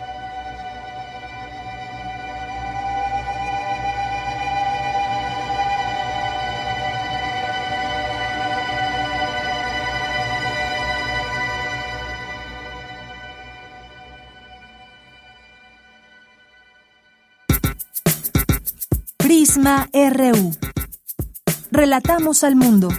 Prisma RU. Relatamos al mundo.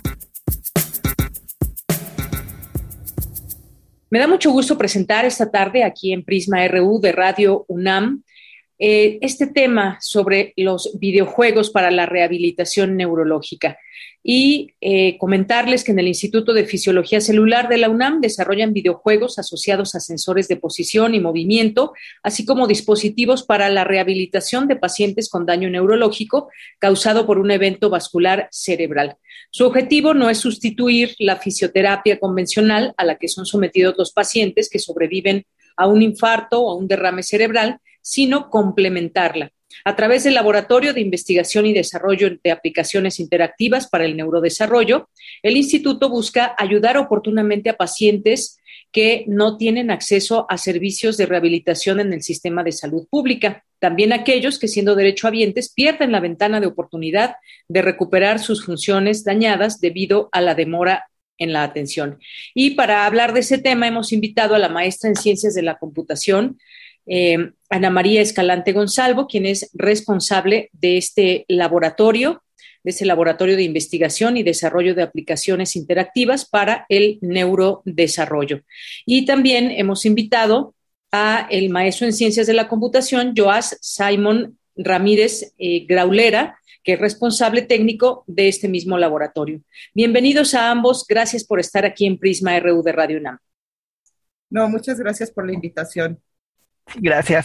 Me da mucho gusto presentar esta tarde aquí en Prisma RU de Radio UNAM este tema sobre los videojuegos para la rehabilitación neurológica y comentarles que en el Instituto de Fisiología Celular de la UNAM desarrollan videojuegos asociados a sensores de posición y movimiento, así como dispositivos para la rehabilitación de pacientes con daño neurológico causado por un evento vascular cerebral. Su objetivo no es sustituir la fisioterapia convencional a la que son sometidos los pacientes que sobreviven a un infarto o a un derrame cerebral, sino complementarla. A través del Laboratorio de Investigación y Desarrollo de Aplicaciones Interactivas para el Neurodesarrollo, el instituto busca ayudar oportunamente a pacientes que no tienen acceso a servicios de rehabilitación en el sistema de salud pública. También aquellos que, siendo derechohabientes, pierden la ventana de oportunidad de recuperar sus funciones dañadas debido a la demora en la atención. Y para hablar de ese tema hemos invitado a la maestra en Ciencias de la Computación, Ana María Escalante Gonzalvo, quien es responsable de este laboratorio, de investigación y desarrollo de aplicaciones interactivas para el neurodesarrollo. Y también hemos invitado a el maestro en Ciencias de la Computación, Joás Simón Ramírez Graulera, que es responsable técnico de este mismo laboratorio. Bienvenidos a ambos, gracias por estar aquí en Prisma RU de Radio UNAM. No, muchas gracias por la invitación. Gracias.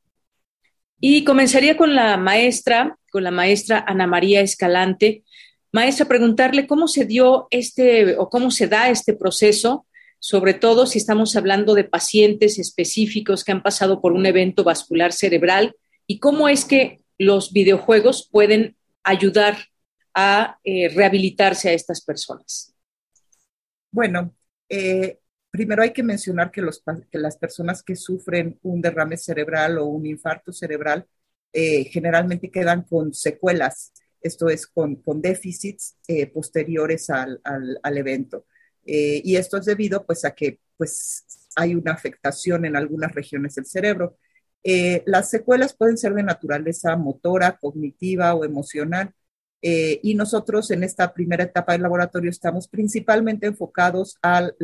Y comenzaría con la maestra Ana María Escalante. Maestra, preguntarle cómo se dio o cómo se da este proceso, sobre todo si estamos hablando de pacientes específicos que han pasado por un evento vascular cerebral, y cómo es que los videojuegos pueden ayudar a rehabilitarse a estas personas. Bueno, primero hay que mencionar que las personas que sufren un derrame cerebral o un infarto cerebral generalmente quedan con secuelas, esto es, con déficits posteriores al evento. Y esto es debido pues, a que pues, hay una afectación en algunas regiones del cerebro. Las secuelas pueden ser de naturaleza motora, cognitiva o emocional. Y nosotros en esta primera etapa del laboratorio estamos principalmente enfocados al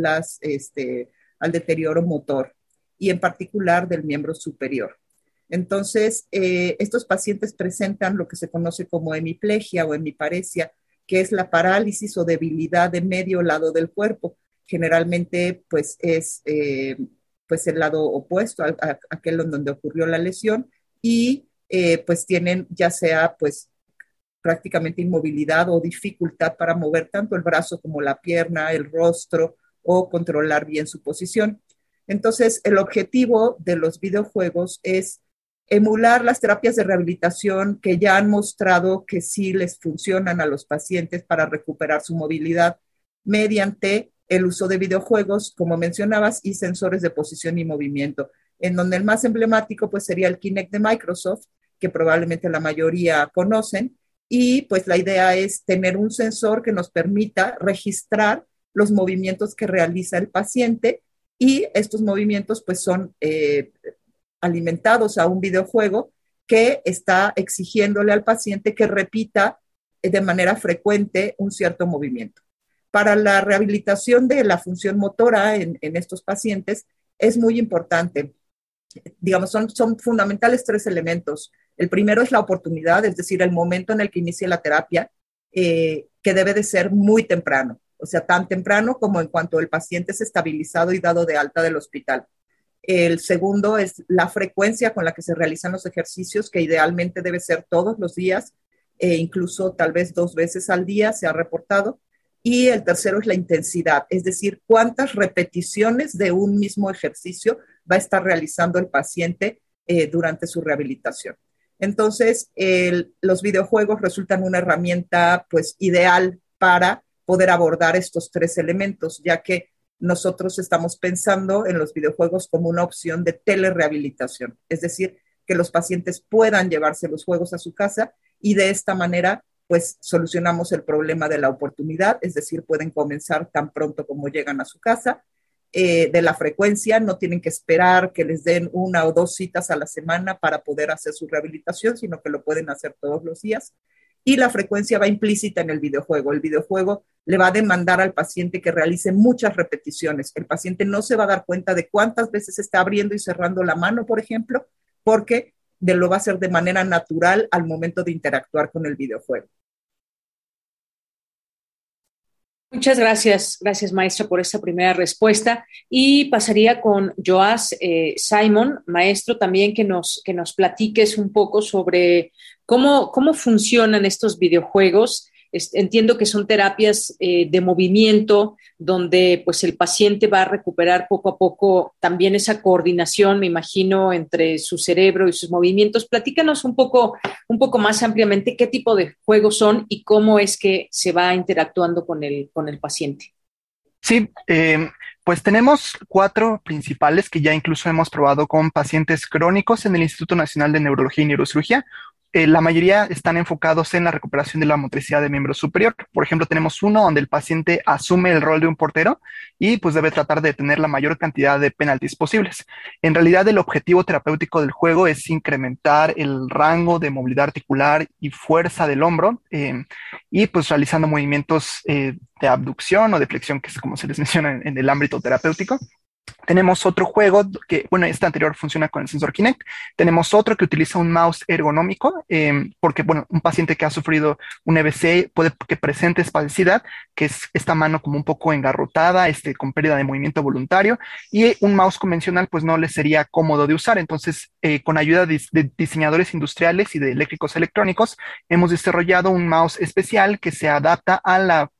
deterioro motor y en particular del miembro superior. Entonces, estos pacientes presentan lo que se conoce como hemiplegia o hemiparesia, que es la parálisis o debilidad de medio lado del cuerpo. Generalmente, pues, es pues el lado opuesto a aquel en donde ocurrió la lesión y pues tienen ya sea pues prácticamente inmovilidad o dificultad para mover tanto el brazo como la pierna, el rostro o controlar bien su posición. Entonces, el objetivo de los videojuegos es emular las terapias de rehabilitación que ya han mostrado que sí les funcionan a los pacientes para recuperar su movilidad mediante el uso de videojuegos, como mencionabas, y sensores de posición y movimiento, en donde el más emblemático pues sería el Kinect de Microsoft, que probablemente la mayoría conocen, y pues la idea es tener un sensor que nos permita registrar los movimientos que realiza el paciente, y estos movimientos pues son alimentados a un videojuego que está exigiéndole al paciente que repita de manera frecuente un cierto movimiento. Para la rehabilitación de la función motora en estos pacientes es muy importante. Digamos, son fundamentales 3 elementos. El primero es la oportunidad, es decir, el momento en el que inicia la terapia, que debe de ser muy temprano, o sea, tan temprano como en cuanto el paciente es estabilizado y dado de alta del hospital. El segundo es la frecuencia con la que se realizan los ejercicios, que idealmente debe ser todos los días, incluso tal vez 2 veces al día se ha reportado. Y el tercero es la intensidad, es decir, cuántas repeticiones de un mismo ejercicio va a estar realizando el paciente durante su rehabilitación. Entonces, los videojuegos resultan una herramienta pues ideal para poder abordar estos 3 elementos, ya que nosotros estamos pensando en los videojuegos como una opción de telerehabilitación, es decir, que los pacientes puedan llevarse los juegos a su casa y de esta manera pues solucionamos el problema de la oportunidad, es decir, pueden comenzar tan pronto como llegan a su casa. De la frecuencia, no tienen que esperar que les den 1 o 2 citas a la semana para poder hacer su rehabilitación, sino que lo pueden hacer todos los días. Y la frecuencia va implícita en el videojuego. El videojuego le va a demandar al paciente que realice muchas repeticiones. El paciente no se va a dar cuenta de cuántas veces está abriendo y cerrando la mano, por ejemplo, porque lo va a hacer de manera natural al momento de interactuar con el videojuego. Muchas gracias, maestra, por esta primera respuesta. Y pasaría con Joás Simon, maestro, también que nos platiques un poco sobre cómo funcionan estos videojuegos. Entiendo que son terapias de movimiento donde pues el paciente va a recuperar poco a poco también esa coordinación, me imagino, entre su cerebro y sus movimientos. Platícanos un poco más ampliamente qué tipo de juegos son y cómo es que se va interactuando con el paciente. Sí, pues tenemos 4 principales que ya incluso hemos probado con pacientes crónicos en el Instituto Nacional de Neurología y Neurocirugía. La mayoría están enfocados en la recuperación de la motricidad de miembro superior. Por ejemplo, tenemos uno donde el paciente asume el rol de un portero y pues debe tratar de tener la mayor cantidad de penaltis posibles. En realidad, el objetivo terapéutico del juego es incrementar el rango de movilidad articular y fuerza del hombro y pues realizando movimientos de abducción o de flexión, que es como se les menciona en el ámbito terapéutico. Tenemos otro juego que, bueno, este anterior funciona con el sensor Kinect. Tenemos otro que utiliza un mouse ergonómico, porque, bueno, un paciente que ha sufrido un EBC puede que presente espasticidad, que es esta mano como un poco engarrotada, con pérdida de movimiento voluntario, y un mouse convencional pues no le sería cómodo de usar. Entonces, con ayuda de diseñadores industriales y de eléctricos electrónicos, hemos desarrollado un mouse especial que se adapta a la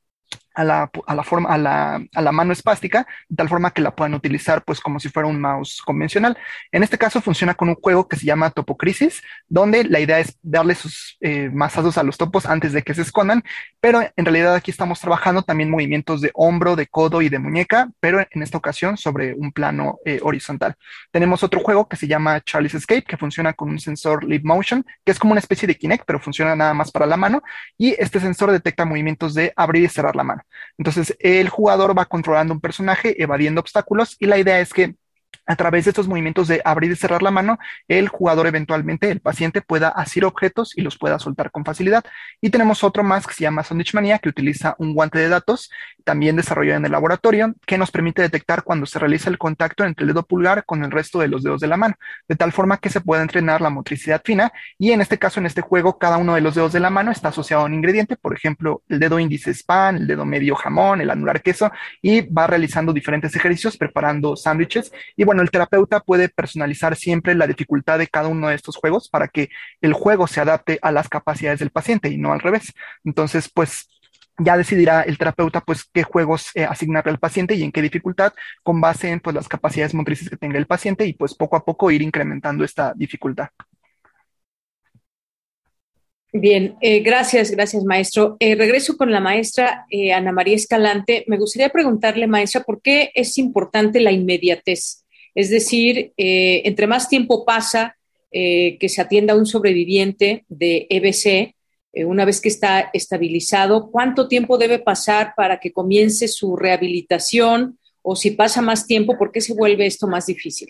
mano espástica, de tal forma que la puedan utilizar pues como si fuera un mouse convencional. En este caso funciona con un juego que se llama Topocrisis, donde la idea es darle sus mazazos a los topos antes de que se escondan, pero en realidad aquí estamos trabajando también movimientos de hombro, de codo y de muñeca, pero en esta ocasión sobre un plano horizontal. Tenemos otro juego que se llama Charlie's Escape, que funciona con un sensor Leap Motion, que es como una especie de Kinect, pero funciona nada más para la mano, y este sensor detecta movimientos de abrir y cerrar la mano. Entonces, el jugador va controlando un personaje, evadiendo obstáculos, y la idea es que a través de estos movimientos de abrir y cerrar la mano, el jugador eventualmente, el paciente, pueda asir objetos y los pueda soltar con facilidad. Y tenemos otro más que se llama Sandwich Mania, que utiliza un guante de datos, también desarrollado en el laboratorio, que nos permite detectar cuando se realiza el contacto entre el dedo pulgar con el resto de los dedos de la mano, de tal forma que se pueda entrenar la motricidad fina. Y en este caso, en este juego, cada uno de los dedos de la mano está asociado a un ingrediente, por ejemplo, el dedo índice es pan, el dedo medio jamón, el anular queso, y va realizando diferentes ejercicios, preparando sándwiches. Y bueno, el terapeuta puede personalizar siempre la dificultad de cada uno de estos juegos para que el juego se adapte a las capacidades del paciente y no al revés. Entonces, pues ya decidirá el terapeuta pues qué juegos asignarle al paciente y en qué dificultad, con base en pues las capacidades motrices que tenga el paciente, y pues poco a poco ir incrementando esta dificultad. Bien, gracias, maestro. Regreso con la maestra Ana María Escalante. Me gustaría preguntarle, maestra, ¿por qué es importante la inmediatez? Es decir, entre más tiempo pasa que se atienda a un sobreviviente de EBC, una vez que está estabilizado, ¿cuánto tiempo debe pasar para que comience su rehabilitación? O si pasa más tiempo, ¿por qué se vuelve esto más difícil?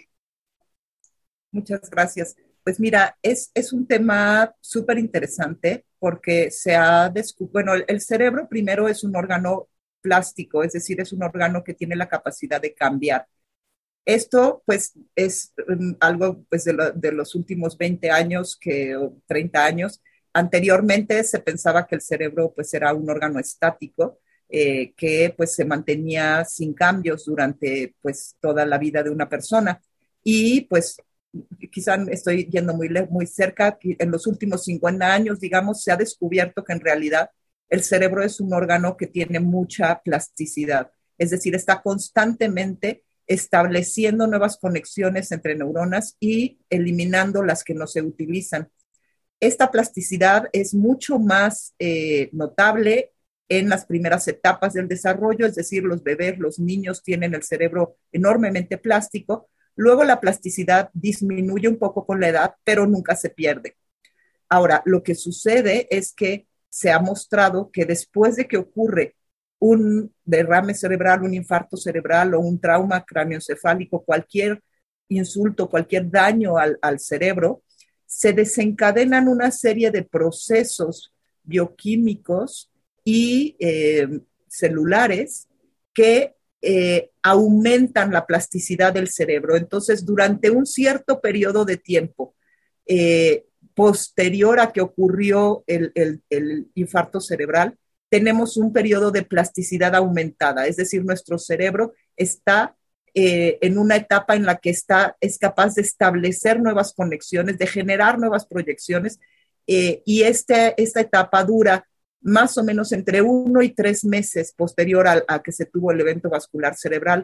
Muchas gracias. Pues mira, es un tema súper interesante porque se ha descubierto, bueno, el cerebro primero es un órgano plástico, es decir, es un órgano que tiene la capacidad de cambiar. Esto, pues, es algo pues, de los últimos 20 años o 30 años. Anteriormente se pensaba que el cerebro pues, era un órgano estático que pues, se mantenía sin cambios durante pues, toda la vida de una persona. Y pues quizá estoy yendo muy cerca, en los últimos 50 años, digamos, se ha descubierto que en realidad el cerebro es un órgano que tiene mucha plasticidad, es decir, está constantemente estableciendo nuevas conexiones entre neuronas y eliminando las que no se utilizan. Esta plasticidad es mucho más notable en las primeras etapas del desarrollo, es decir, los bebés, los niños tienen el cerebro enormemente plástico. Luego la plasticidad disminuye un poco con la edad, pero nunca se pierde. Ahora, lo que sucede es que se ha mostrado que después de que ocurre un derrame cerebral, un infarto cerebral o un trauma craneoencefálico, cualquier insulto, cualquier daño al cerebro, se desencadenan una serie de procesos bioquímicos y celulares que aumentan la plasticidad del cerebro. Entonces, durante un cierto periodo de tiempo posterior a que ocurrió el infarto cerebral, tenemos un periodo de plasticidad aumentada, es decir, nuestro cerebro está en una etapa en la que es capaz de establecer nuevas conexiones, de generar nuevas proyecciones, y esta etapa dura más o menos entre 1 y 3 meses posterior a que se tuvo el evento vascular cerebral,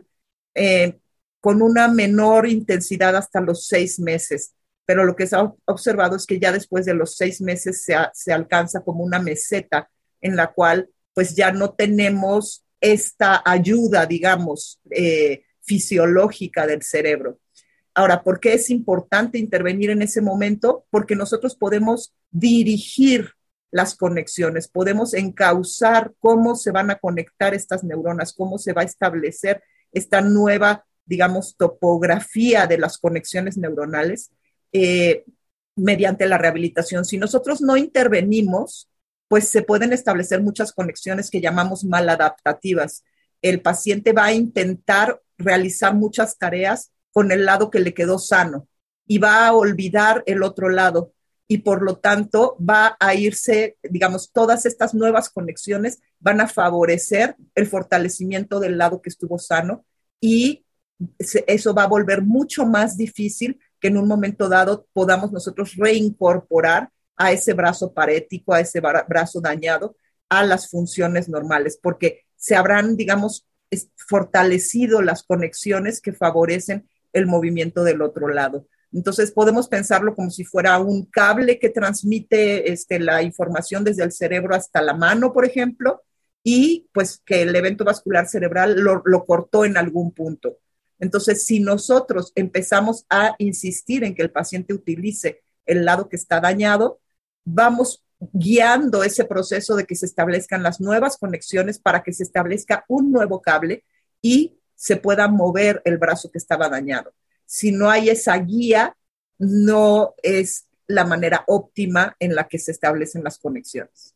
con una menor intensidad hasta los 6 meses. Pero lo que se ha observado es que ya después de los 6 meses se alcanza como una meseta en la cual pues ya no tenemos esta ayuda, digamos, fisiológica del cerebro. Ahora, ¿por qué es importante intervenir en ese momento? Porque nosotros podemos dirigir las conexiones, podemos encauzar cómo se van a conectar estas neuronas, cómo se va a establecer esta nueva, digamos, topografía de las conexiones neuronales mediante la rehabilitación. Si nosotros no intervenimos, pues se pueden establecer muchas conexiones que llamamos maladaptativas. El paciente va a intentar realizar muchas tareas con el lado que le quedó sano y va a olvidar el otro lado. Y por lo tanto va a irse, digamos, todas estas nuevas conexiones van a favorecer el fortalecimiento del lado que estuvo sano y eso va a volver mucho más difícil que en un momento dado podamos nosotros reincorporar a ese brazo parético, a ese brazo dañado, a las funciones normales, porque se habrán, digamos, fortalecido las conexiones que favorecen el movimiento del otro lado. Entonces podemos pensarlo como si fuera un cable que transmite la información desde el cerebro hasta la mano, por ejemplo, y pues que el evento vascular cerebral lo cortó en algún punto. Entonces, si nosotros empezamos a insistir en que el paciente utilice el lado que está dañado, vamos guiando ese proceso de que se establezcan las nuevas conexiones para que se establezca un nuevo cable y se pueda mover el brazo que estaba dañado. Si no hay esa guía, no es la manera óptima en la que se establecen las conexiones.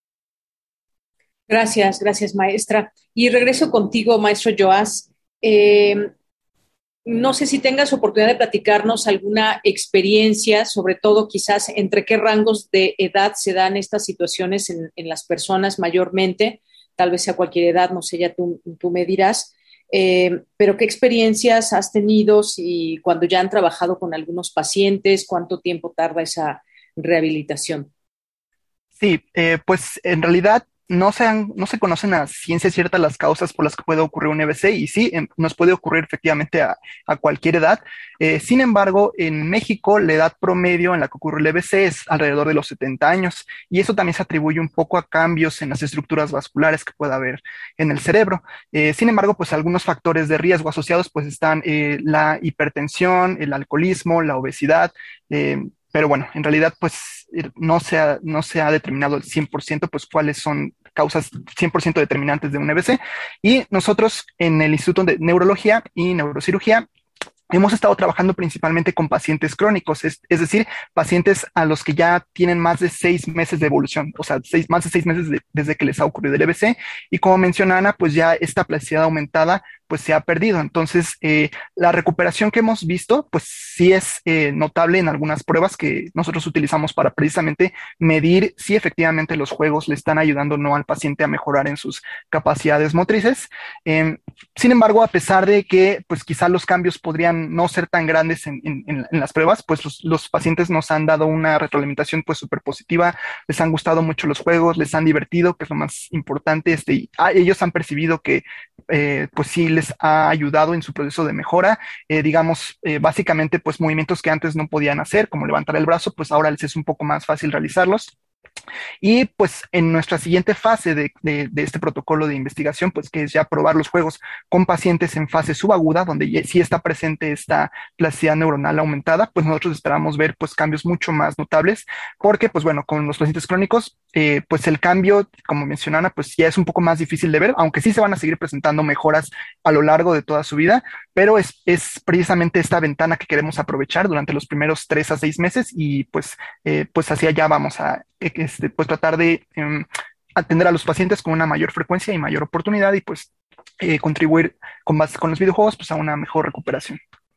Gracias, maestra. Y regreso contigo, maestro Joás. No sé si tengas oportunidad de platicarnos alguna experiencia, sobre todo quizás entre qué rangos de edad se dan estas situaciones en las personas mayormente, tal vez a cualquier edad, no sé, ya tú me dirás. Pero ¿qué experiencias has tenido y cuando ya han trabajado con algunos pacientes? ¿Cuánto tiempo tarda esa rehabilitación? Sí, pues en realidad no se conocen a ciencia cierta las causas por las que puede ocurrir un EBC y sí, nos puede ocurrir efectivamente a cualquier edad. Sin embargo, en México la edad promedio en la que ocurre el EBC es alrededor de los 70 años y eso también se atribuye un poco a cambios en las estructuras vasculares que pueda haber en el cerebro. Sin embargo, pues algunos factores de riesgo asociados pues están la hipertensión, el alcoholismo, la obesidad, pero bueno, en realidad pues no se ha determinado al 100% pues cuáles son causas 100% determinantes de un EBC y nosotros en el Instituto de Neurología y Neurocirugía hemos estado trabajando principalmente con pacientes crónicos, es decir, pacientes a los que ya tienen más de 6 meses de evolución, o sea, más de 6 meses desde que les ha ocurrido el EBC y como menciona Ana, pues ya esta plasticidad aumentada pues se ha perdido. Entonces, la recuperación que hemos visto, pues sí es notable en algunas pruebas que nosotros utilizamos para precisamente medir si efectivamente los juegos le están ayudando o no al paciente a mejorar en sus capacidades motrices. Sin embargo, a pesar de que pues quizá los cambios podrían no ser tan grandes en las pruebas, pues los pacientes nos han dado una retroalimentación pues súper positiva, les han gustado mucho los juegos, les han divertido, que es lo más importante, ellos han percibido que pues sí les ha ayudado en su proceso de mejora, básicamente pues movimientos que antes no podían hacer, como levantar el brazo, pues ahora les es un poco más fácil realizarlos. Y pues en nuestra siguiente fase de este protocolo de investigación, pues que es ya probar los juegos con pacientes en fase subaguda, donde sí está presente esta plasticidad neuronal aumentada, pues nosotros esperamos ver pues cambios mucho más notables, porque pues bueno, con los pacientes crónicos, pues el cambio, como mencionó Ana, pues ya es un poco más difícil de ver, aunque sí se van a seguir presentando mejoras a lo largo de toda su vida, pero es precisamente esta ventana que queremos aprovechar durante los primeros 3 a 6 meses y pues hacia allá vamos a pues tratar de atender a los pacientes con una mayor frecuencia y mayor oportunidad y pues contribuir con los videojuegos pues a una mejor recuperación.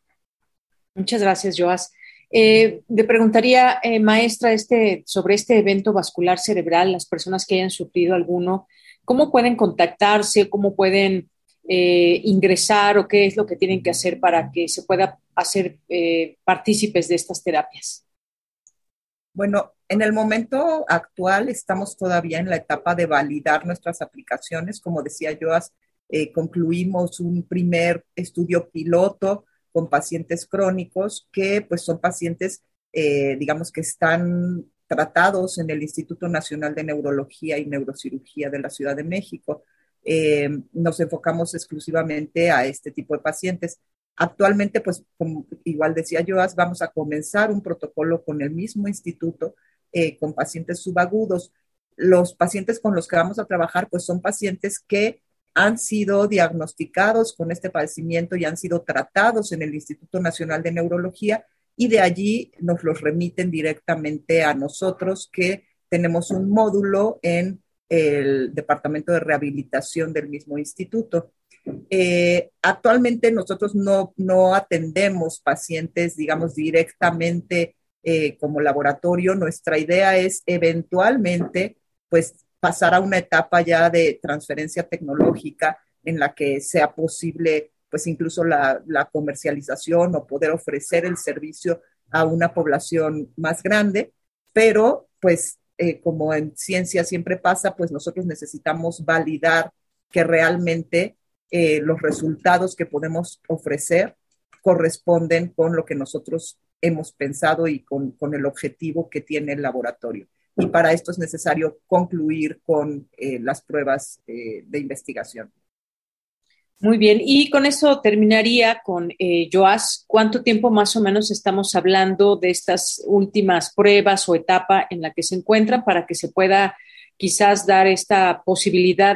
Muchas gracias, Joás. Le preguntaría, maestra, sobre este evento vascular cerebral, las personas que hayan sufrido alguno, ¿cómo pueden contactarse? ¿Cómo pueden ingresar o qué es lo que tienen que hacer para que se pueda hacer partícipes de estas terapias? Bueno, en el momento actual estamos todavía en la etapa de validar nuestras aplicaciones. Como decía Joás, concluimos un primer estudio piloto con pacientes crónicos que pues son pacientes, digamos que están tratados en el Instituto Nacional de Neurología y Neurocirugía de la Ciudad de México. Nos enfocamos exclusivamente a este tipo de pacientes. Actualmente, pues, como igual decía Joás, vamos a comenzar un protocolo con el mismo instituto con pacientes subagudos. Los pacientes con los que vamos a trabajar, pues, son pacientes que han sido diagnosticados con este padecimiento y han sido tratados en el Instituto Nacional de Neurología y de allí nos los remiten directamente a nosotros, que tenemos un módulo en el Departamento de Rehabilitación del mismo instituto. Actualmente nosotros no atendemos pacientes, digamos, directamente como laboratorio. Nuestra idea es eventualmente, pues, pasar a una etapa ya de transferencia tecnológica en la que sea posible, pues, incluso la comercialización o poder ofrecer el servicio a una población más grande, pero, pues, como en ciencia siempre pasa, pues nosotros necesitamos validar que realmente los resultados que podemos ofrecer corresponden con lo que nosotros hemos pensado y con el objetivo que tiene el laboratorio. Y para esto es necesario concluir con las pruebas de investigación. Muy bien, y con eso terminaría con Joás. ¿Cuánto tiempo más o menos estamos hablando de estas últimas pruebas o etapa en la que se encuentran para que se pueda quizás dar esta posibilidad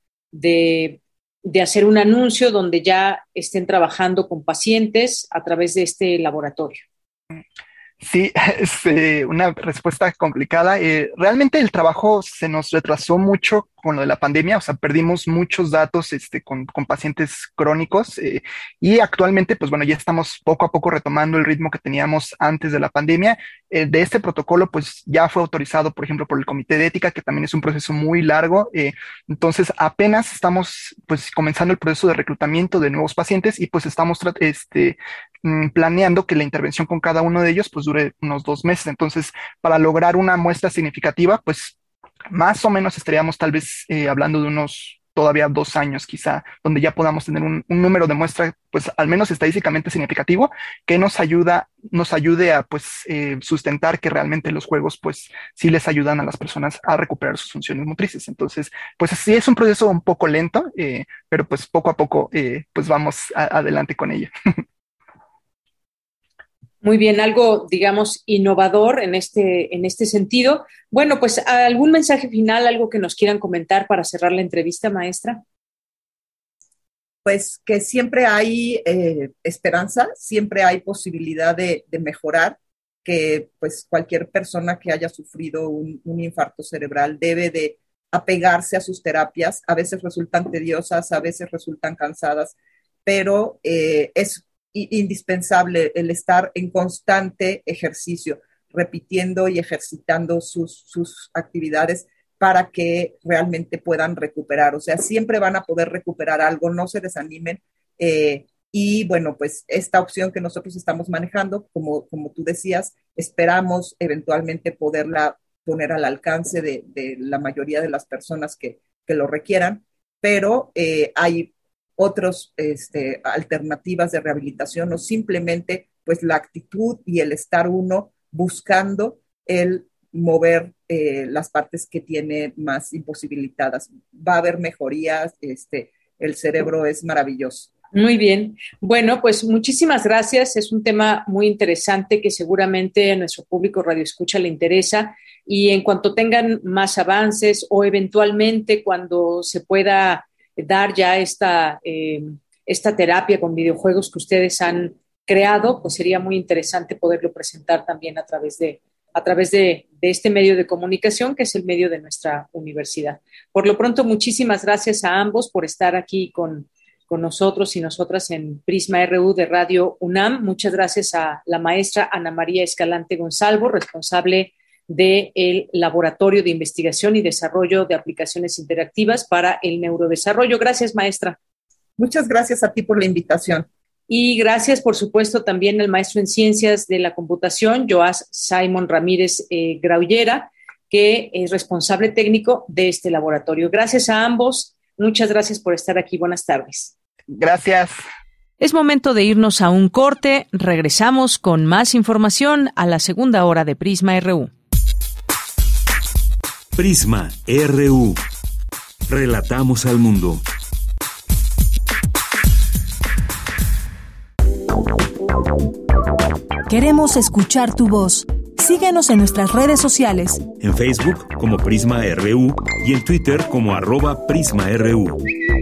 de hacer un anuncio donde ya estén trabajando con pacientes a través de este laboratorio? Sí, es una respuesta complicada. Realmente el trabajo se nos retrasó mucho con lo de la pandemia, o sea, perdimos muchos datos con pacientes crónicos y actualmente, pues bueno, ya estamos poco a poco retomando el ritmo que teníamos antes de la pandemia. De este protocolo, pues ya fue autorizado, por ejemplo, por el Comité de Ética, que también es un proceso muy largo. Entonces, apenas estamos pues comenzando el proceso de reclutamiento de nuevos pacientes y pues estamos planeando que la intervención con cada uno de ellos pues dure unos 2 meses. Entonces, para lograr una muestra significativa, pues más o menos estaríamos tal vez hablando de unos todavía 2 años quizá, donde ya podamos tener un número de muestra, pues al menos estadísticamente significativo, que nos ayude a pues sustentar que realmente los juegos pues sí les ayudan a las personas a recuperar sus funciones motrices. Entonces, pues sí es un proceso un poco lento, pero pues poco a poco pues vamos adelante con ello. Muy bien, algo, digamos, innovador en este sentido. Bueno, pues algún mensaje final, algo que nos quieran comentar para cerrar la entrevista, maestra. Pues que siempre hay esperanza, siempre hay posibilidad de mejorar, que pues cualquier persona que haya sufrido un infarto cerebral debe de apegarse a sus terapias. A veces resultan tediosas, a veces resultan cansadas, pero es indispensable el estar en constante ejercicio, repitiendo y ejercitando sus actividades para que realmente puedan recuperar. O sea, siempre van a poder recuperar algo, no se desanimen. Y bueno, pues esta opción que nosotros estamos manejando, como tú decías, esperamos eventualmente poderla poner al alcance de la mayoría de las personas que lo requieran, pero hay otras alternativas de rehabilitación o simplemente pues la actitud y el estar uno buscando el mover las partes que tiene más imposibilitadas. Va a haber mejorías, el cerebro es maravilloso. Muy bien. Bueno, pues muchísimas gracias. Es un tema muy interesante que seguramente a nuestro público radioescucha le interesa y en cuanto tengan más avances o eventualmente cuando se pueda dar ya esta terapia con videojuegos que ustedes han creado, pues sería muy interesante poderlo presentar también a través de este medio de comunicación que es el medio de nuestra universidad. Por lo pronto, muchísimas gracias a ambos por estar aquí con nosotros y nosotras en Prisma RU de Radio UNAM. Muchas gracias a la maestra Ana María Escalante Gonzalvo, responsable del Laboratorio de Investigación y Desarrollo de Aplicaciones Interactivas para el Neurodesarrollo. Gracias, maestra. Muchas gracias a ti por la invitación. Y gracias, por supuesto, también al maestro en Ciencias de la Computación, Joás Simon Ramírez Graullera, que es responsable técnico de este laboratorio. Gracias a ambos. Muchas gracias por estar aquí. Buenas tardes. Gracias. Es momento de irnos a un corte. Regresamos con más información a la segunda hora de Prisma RU. Prisma RU. Relatamos al mundo. Queremos escuchar tu voz. Síguenos en nuestras redes sociales. En Facebook como Prisma RU y en Twitter como @PrismaRU.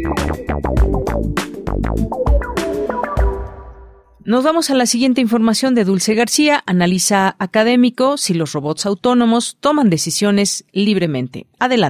Nos vamos a la siguiente información de Dulce García. Analiza académico si los robots autónomos toman decisiones libremente. Adelante.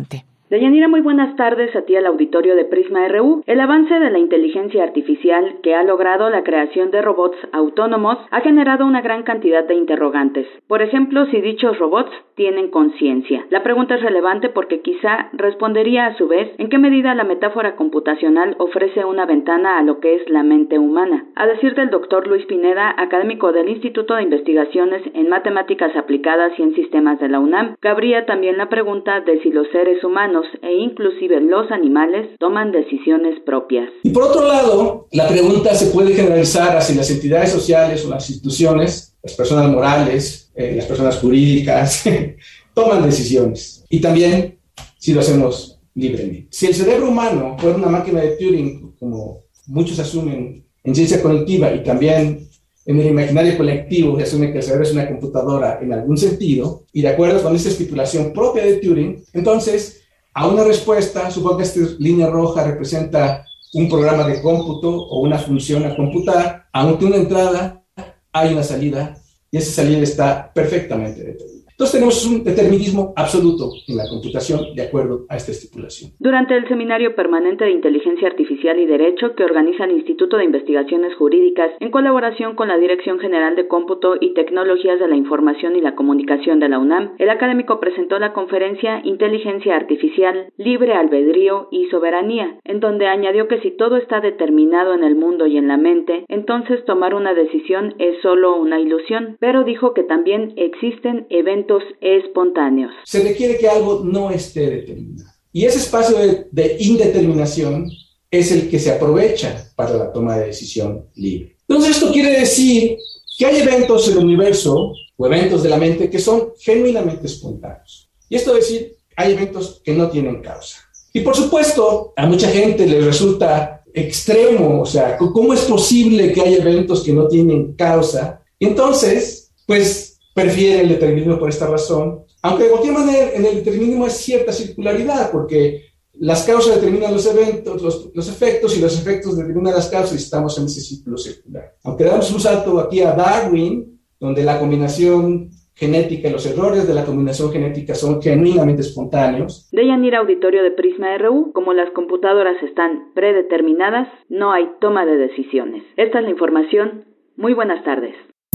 Deyanira, muy buenas tardes a ti al auditorio de Prisma RU. El avance de la inteligencia artificial que ha logrado la creación de robots autónomos ha generado una gran cantidad de interrogantes. Por ejemplo, si dichos robots tienen conciencia. La pregunta es relevante porque quizá respondería a su vez en qué medida la metáfora computacional ofrece una ventana a lo que es la mente humana. A decir del doctor Luis Pineda, académico del Instituto de Investigaciones en Matemáticas Aplicadas y en Sistemas de la UNAM, cabría también la pregunta de si los seres humanos e inclusive los animales toman decisiones propias. Y por otro lado, la pregunta se puede generalizar hacia las entidades sociales o las instituciones, las personas morales, las personas jurídicas, toman decisiones. Y también si lo hacemos libremente. Si el cerebro humano fuera una máquina de Turing, como muchos asumen en ciencia cognitiva y también en el imaginario colectivo, se asume que el cerebro es una computadora en algún sentido, y de acuerdo con esta estipulación propia de Turing, entonces a una respuesta, supongo que esta línea roja representa un programa de cómputo o una función a computar, aunque una entrada hay una salida y esa salida está perfectamente determinada. Entonces tenemos un determinismo absoluto en la computación de acuerdo a esta estipulación. Durante el Seminario Permanente de Inteligencia Artificial y Derecho que organiza el Instituto de Investigaciones Jurídicas en colaboración con la Dirección General de Cómputo y Tecnologías de la Información y la Comunicación de la UNAM, el académico presentó la conferencia Inteligencia Artificial, Libre Albedrío y Soberanía, en donde añadió que si todo está determinado en el mundo y en la mente, entonces tomar una decisión es solo una ilusión, pero dijo que también existen eventos espontáneos. Se requiere que algo no esté determinado. Y ese espacio de indeterminación es el que se aprovecha para la toma de decisión libre. Entonces esto quiere decir que hay eventos en el universo o eventos de la mente que son genuinamente espontáneos. Y esto es decir, hay eventos que no tienen causa. Y por supuesto, a mucha gente les resulta extremo, o sea, ¿cómo es posible que haya eventos que no tienen causa? Entonces, pues prefiere el determinismo por esta razón, aunque de cualquier manera en el determinismo hay cierta circularidad, porque las causas determinan los eventos, los efectos, y los efectos determinan las causas, y estamos en ese círculo circular. Aunque damos un salto aquí a Darwin, donde la combinación genética y los errores de la combinación genética son genuinamente espontáneos. Deyanira, auditorio de Prisma RU, como las computadoras están predeterminadas, no hay toma de decisiones. Esta es la información. Muy buenas tardes.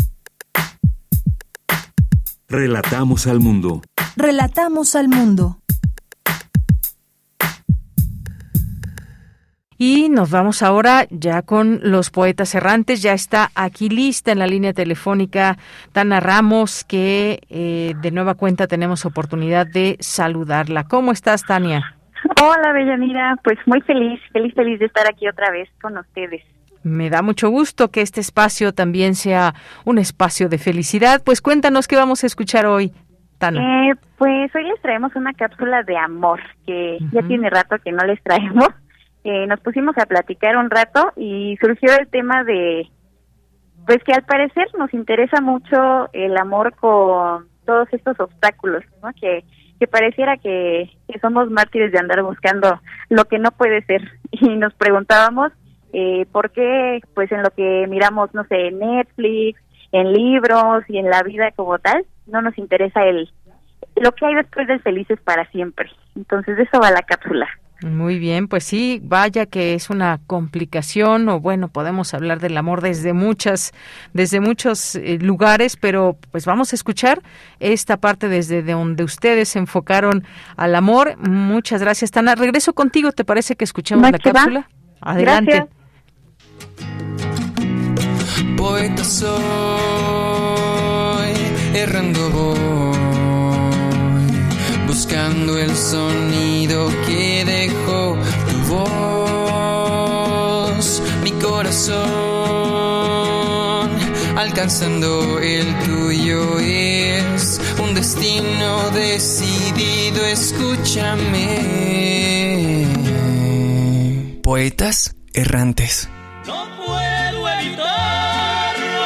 Relatamos al mundo. Relatamos al mundo. Y nos vamos ahora ya con los poetas errantes. Ya está aquí lista en la línea telefónica Tana Ramos, que de nueva cuenta tenemos oportunidad de saludarla. ¿Cómo estás, Tania? Hola, Deyanira. Pues muy feliz de estar aquí otra vez con ustedes. Me da mucho gusto que este espacio también sea un espacio de felicidad. Pues cuéntanos qué vamos a escuchar hoy, Tana. Pues hoy les traemos una cápsula de amor, que ya tiene rato que no les traemos. Nos pusimos a platicar un rato y surgió el tema de, pues que al parecer nos interesa mucho el amor con todos estos obstáculos, ¿no? Que pareciera que somos mártires de andar buscando lo que no puede ser. Y nos preguntábamos, ¿por qué? Pues en lo que miramos, no sé, en Netflix, en libros y en la vida como tal, no nos interesa lo que hay después del felices para siempre. Entonces de eso va la cápsula. Muy bien, pues sí, vaya que es una complicación, o bueno, podemos hablar del amor desde muchos lugares, pero pues vamos a escuchar esta parte desde donde ustedes se enfocaron al amor. Muchas gracias, Tana. Regreso contigo, ¿te parece que escuchemos la cápsula? Adelante. Gracias. Poeta soy, errando voy, buscando el sonido que dejó tu voz, mi corazón, alcanzando el tuyo es un destino decidido, escúchame. Poetas errantes. No puedo evitarlo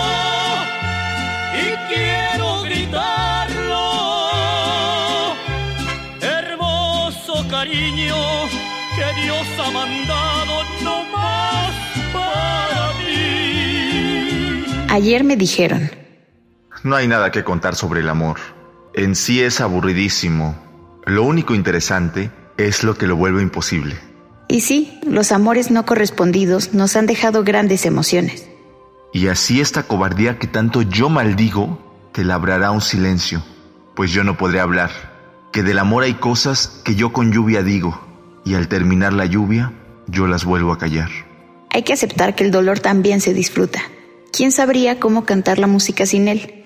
y quiero gritarlo. Hermoso cariño que Dios ha mandado no más para mí. Ayer me dijeron: no hay nada que contar sobre el amor. En sí es aburridísimo. Lo único interesante es lo que lo vuelve imposible. Y sí, los amores no correspondidos nos han dejado grandes emociones. Y así esta cobardía que tanto yo maldigo, te labrará un silencio, pues yo no podré hablar, que del amor hay cosas que yo con lluvia digo, y al terminar la lluvia, yo las vuelvo a callar. Hay que aceptar que el dolor también se disfruta. ¿Quién sabría cómo cantar la música sin él?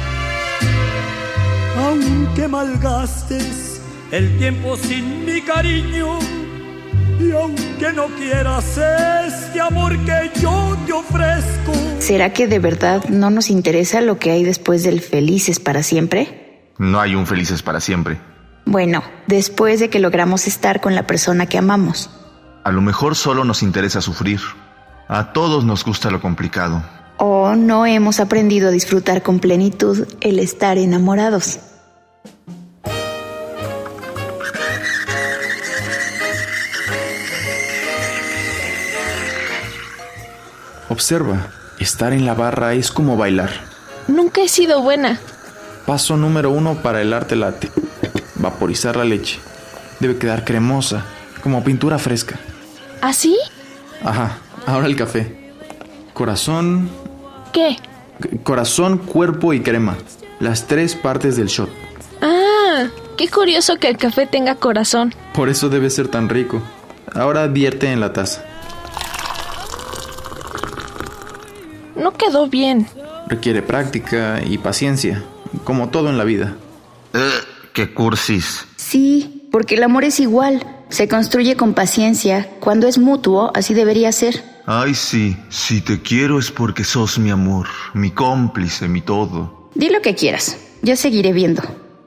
Aunque malgastes el tiempo sin mi cariño, y aunque no quieras este amor que yo te ofrezco. ¿Será que de verdad no nos interesa lo que hay después del felices para siempre? No hay un felices para siempre. Bueno, después de que logramos estar con la persona que amamos. A lo mejor solo nos interesa sufrir. A todos nos gusta lo complicado. O no hemos aprendido a disfrutar con plenitud el estar enamorados. Observa, estar en la barra es como bailar. Nunca he sido buena. Paso número 1 para el arte latte. Vaporizar la leche. Debe quedar cremosa, como pintura fresca. ¿Así? Ajá, ahora el café. Corazón... ¿Qué? Corazón, cuerpo y crema. Las 3 partes del shot. Ah, qué curioso que el café tenga corazón. Por eso debe ser tan rico. Ahora vierte en la taza. No quedó bien. Requiere práctica y paciencia, como todo en la vida. ¡Qué cursis! Sí, porque el amor es igual. Se construye con paciencia. Cuando es mutuo, así debería ser. Ay, sí. Si te quiero es porque sos mi amor, mi cómplice, mi todo. Di lo que quieras. Yo seguiré viendo.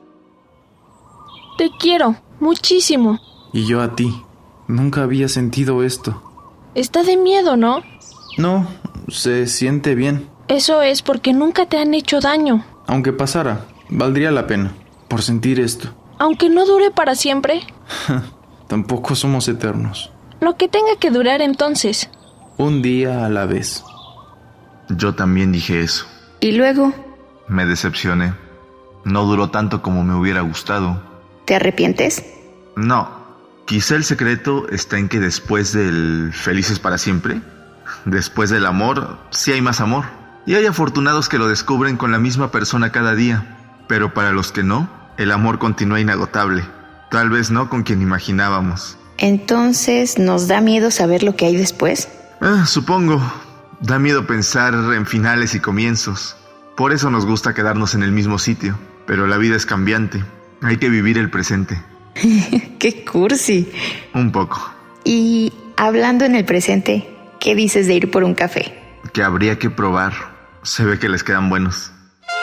Te quiero, muchísimo. Y yo a ti. Nunca había sentido esto. Está de miedo, ¿no? No, se siente bien. Eso es porque nunca te han hecho daño. Aunque pasara, valdría la pena, por sentir esto. Aunque no dure para siempre. Tampoco somos eternos. Lo que tenga que durar entonces. Un día a la vez. Yo también dije eso. ¿Y luego? Me decepcioné. No duró tanto como me hubiera gustado. ¿Te arrepientes? No. Quizá el secreto está en que después del felices para siempre, después del amor, sí hay más amor. Y hay afortunados que lo descubren con la misma persona cada día. Pero para los que no, el amor continúa inagotable. Tal vez no con quien imaginábamos. Entonces, ¿nos da miedo saber lo que hay después? Supongo. Da miedo pensar en finales y comienzos. Por eso nos gusta quedarnos en el mismo sitio. Pero la vida es cambiante. Hay que vivir el presente. ¡Qué cursi! Un poco. Y hablando en el presente, ¿qué dices de ir por un café? Que habría que probar. Se ve que les quedan buenos.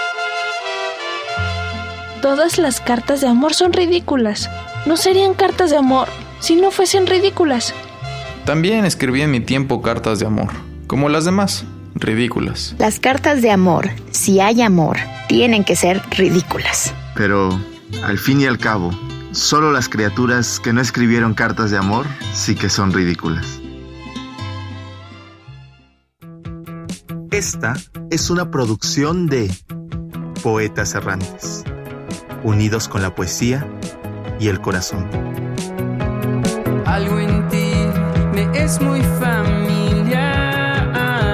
Todas las cartas de amor son ridículas. No serían cartas de amor si no fuesen ridículas. También escribí en mi tiempo cartas de amor, como las demás, ridículas. Las cartas de amor, si hay amor, tienen que ser ridículas. Pero, al fin y al cabo, solo las criaturas que no escribieron cartas de amor sí que son ridículas. Esta es una producción de Poetas Errantes, unidos con la poesía y el corazón. Algo en ti me es muy familiar.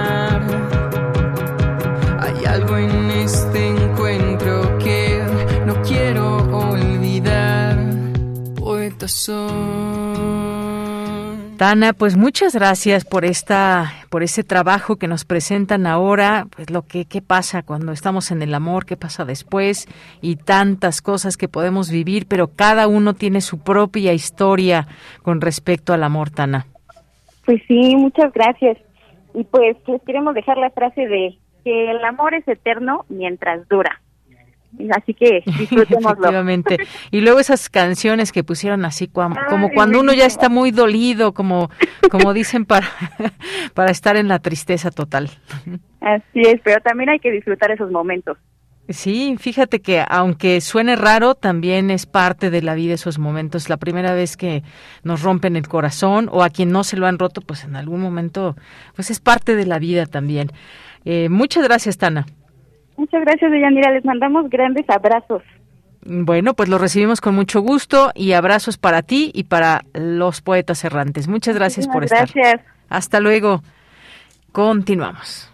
Hay algo en este encuentro que no quiero olvidar. Poeta soy. Tana, pues muchas gracias por ese trabajo que nos presentan ahora, pues qué pasa cuando estamos en el amor, qué pasa después y tantas cosas que podemos vivir, pero cada uno tiene su propia historia con respecto al amor, Tana. Pues sí, muchas gracias. Y pues les queremos dejar la frase de que el amor es eterno mientras dura. Así que disfrutémoslo. Efectivamente. Y luego esas canciones que pusieron así como cuando uno ya está muy dolido, como dicen para estar en la tristeza total. Así es, pero también hay que disfrutar esos momentos. Sí, fíjate que aunque suene raro, también es parte de la vida esos momentos. La primera vez que nos rompen el corazón o a quien no se lo han roto, pues en algún momento, pues es parte de la vida también. Muchas gracias, Tana. Muchas gracias, Deyanira. Les mandamos grandes abrazos. Bueno, pues lo recibimos con mucho gusto y abrazos para ti y para los poetas errantes. Muchas gracias por estar. Gracias. Hasta luego. Continuamos.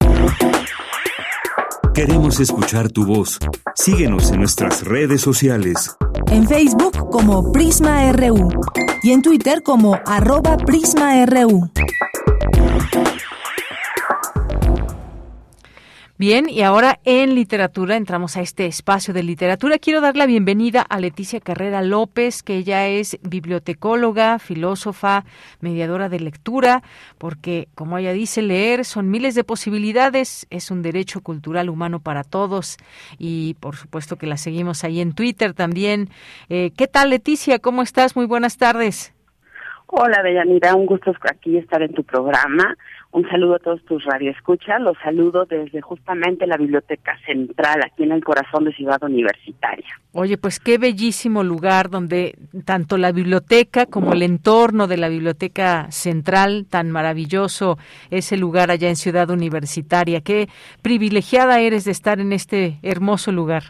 Queremos escuchar tu voz. Síguenos en nuestras redes sociales. En Facebook como Prisma RU y en Twitter como @PrismaRU. Bien, y ahora en literatura entramos a este espacio de literatura. Quiero dar la bienvenida a Leticia Carrera López, que ella es bibliotecóloga, filósofa, mediadora de lectura, porque, como ella dice, leer son miles de posibilidades, es un derecho cultural humano para todos y, por supuesto, que la seguimos ahí en Twitter también. ¿Qué tal, Leticia? ¿Cómo estás? Muy buenas tardes. Hola, Deyanira, un gusto aquí estar en tu programa. Un saludo a todos tus radioescuchas. Los saludo desde justamente la Biblioteca Central, aquí en el corazón de Ciudad Universitaria. Oye, pues qué bellísimo lugar donde tanto la biblioteca como el entorno de la Biblioteca Central, tan maravilloso ese lugar allá en Ciudad Universitaria. Qué privilegiada eres de estar en este hermoso lugar.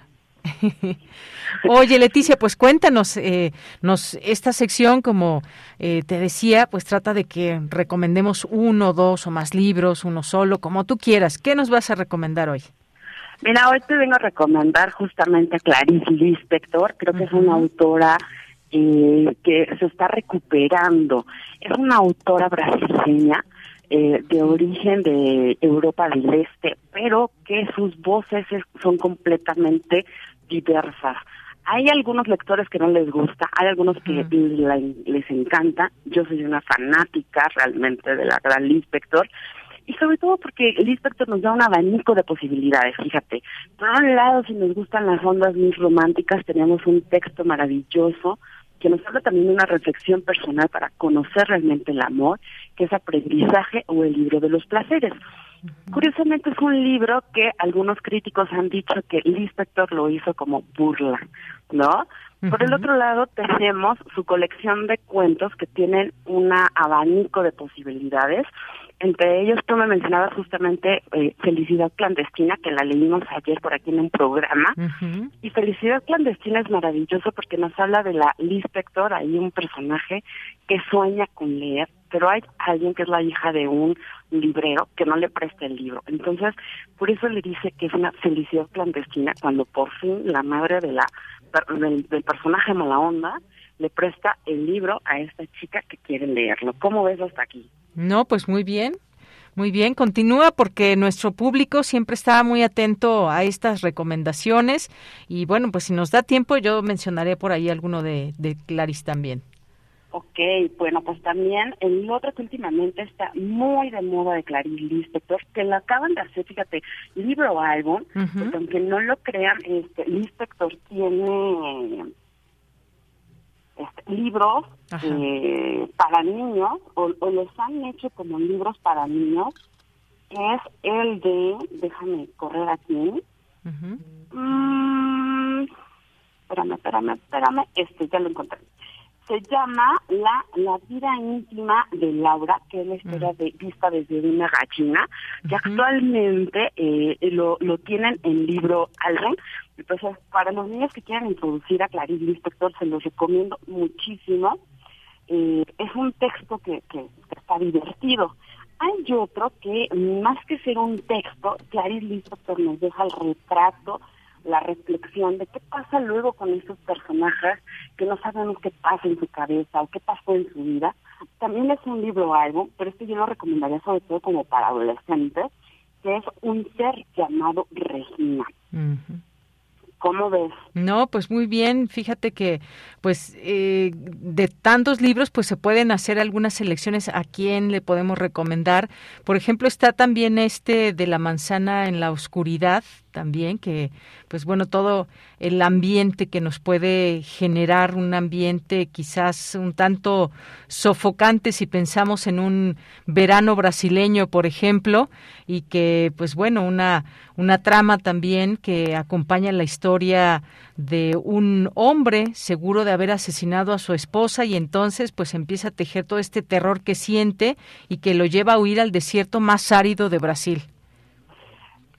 Oye, Leticia, pues cuéntanos, esta sección, como te decía, pues trata de que recomendemos uno, dos o más libros, uno solo, como tú quieras. ¿Qué nos vas a recomendar hoy? Mira, hoy te vengo a recomendar justamente a Clarice Lispector. Creo que es una autora que se está recuperando. Es una autora brasileña de origen de Europa del Este, pero que sus voces son completamente diversas. Hay algunos lectores que no les gusta, hay algunos que les encanta. Yo soy una fanática realmente de la gran Lispector, y sobre todo porque Lispector nos da un abanico de posibilidades. Fíjate, por un lado, si nos gustan las ondas muy románticas, tenemos un texto maravilloso que nos habla también de una reflexión personal para conocer realmente el amor, que es Aprendizaje o el libro de los placeres. Curiosamente es un libro que algunos críticos han dicho que Lispector lo hizo como burla, ¿no? Por el otro lado tenemos su colección de cuentos que tienen un abanico de posibilidades. Entre ellos tú me mencionabas justamente Felicidad Clandestina, que la leímos ayer por aquí en un programa. Y Felicidad Clandestina es maravilloso porque nos habla de la Lispector, ahí un personaje que sueña con leer, pero hay alguien que es la hija de un librero que no le presta el libro. Entonces, por eso le dice que es una felicidad clandestina, cuando por fin la madre del personaje mala onda le presta el libro a esta chica que quiere leerlo. ¿Cómo ves hasta aquí? No, pues muy bien, continúa, porque nuestro público siempre está muy atento a estas recomendaciones y bueno, pues si nos da tiempo yo mencionaré por ahí alguno de Clarice también. Ok, bueno, pues también el otro que últimamente está muy de moda de Clarice Lispector, que lo acaban de hacer, fíjate, libro o álbum, porque aunque no lo crean, Lispector tiene libros para niños, o los han hecho como libros para niños, que es el de, déjame correr aquí, espérame, ya lo encontré. Se llama la vida íntima de Laura, que es la historia vista desde una gallina, que actualmente lo tienen en libro álbum. Entonces, para los niños que quieran introducir a Clarice Lispector, se los recomiendo muchísimo. Es un texto que está divertido. Hay otro que, más que ser un texto, Clarice Lispector nos deja el retrato, la reflexión de qué pasa luego con estos personajes que no sabemos qué pasa en su cabeza o qué pasó en su vida. También es un libro álbum, pero yo lo recomendaría sobre todo como para adolescentes, que es Un ser llamado Regina. ¿Cómo ves? No, pues muy bien. Fíjate que, pues, de tantos libros, pues se pueden hacer algunas selecciones a quién le podemos recomendar. Por ejemplo, está también de La manzana en la oscuridad, también, que, pues bueno, todo el ambiente que nos puede generar, un ambiente quizás un tanto sofocante si pensamos en un verano brasileño, por ejemplo, y que, pues bueno, una trama también que acompaña la historia de un hombre seguro de haber asesinado a su esposa, y entonces pues empieza a tejer todo este terror que siente y que lo lleva a huir al desierto más árido de Brasil.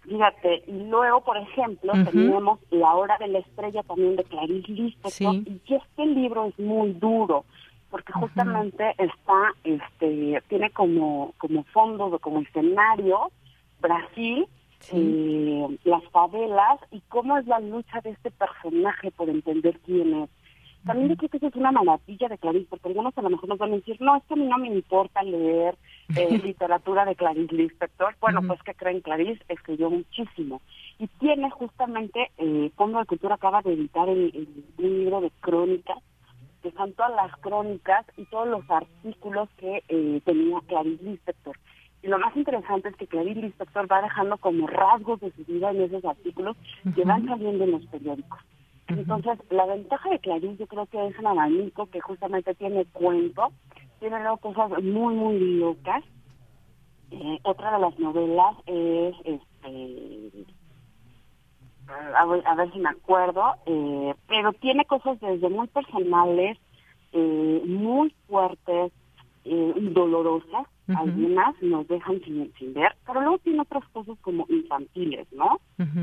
Fíjate, y luego, por ejemplo, tenemos La Hora de la Estrella también de Clarice Lispector, y este libro es muy duro, porque justamente tiene como fondo, como escenario, Brasil, las favelas, y cómo es la lucha de este personaje por entender quién es. También yo creo que eso es una maravilla de Clarice, porque algunos a lo mejor nos van a decir, no, es que a mí no me importa leer literatura de Clarice Lispector. Bueno, pues que creen, Clarice escribió muchísimo. Y tiene justamente, Fondo de Cultura acaba de editar un libro de crónicas, que son todas las crónicas y todos los artículos que tenía Clarice Lispector. Y lo más interesante es que Clarice Lispector va dejando como rasgos de su vida en esos artículos que van saliendo en los periódicos. Entonces, la ventaja de Clarice yo creo que es un abanico que justamente tiene cuento, tiene luego cosas muy, muy locas. Otra de las novelas es, a ver si me acuerdo, pero tiene cosas desde muy personales, muy fuertes, dolorosas. Algunas nos dejan sin ver, pero luego tiene otras cosas como infantiles, ¿no?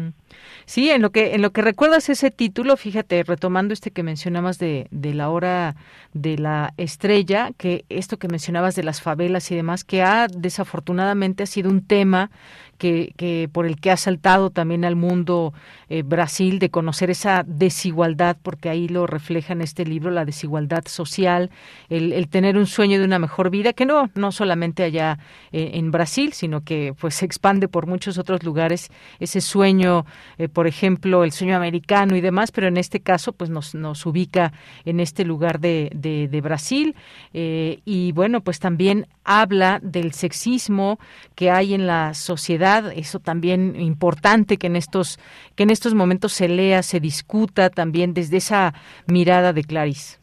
Sí, en lo que recuerdas ese título, fíjate, retomando que mencionabas de La Hora de la Estrella, que esto que mencionabas de las favelas y demás, que desafortunadamente ha sido un tema que por el que ha saltado también al mundo Brasil, de conocer esa desigualdad, porque ahí lo refleja en este libro, la desigualdad social, el tener un sueño de una mejor vida, que no solamente allá en Brasil, sino que pues se expande por muchos otros lugares, ese sueño, por ejemplo, el sueño americano y demás, pero en este caso pues nos ubica en este lugar de Brasil, y bueno, pues también habla del sexismo que hay en la sociedad. Eso también importante que en estos momentos se lea, se discuta también desde esa mirada de Clarice.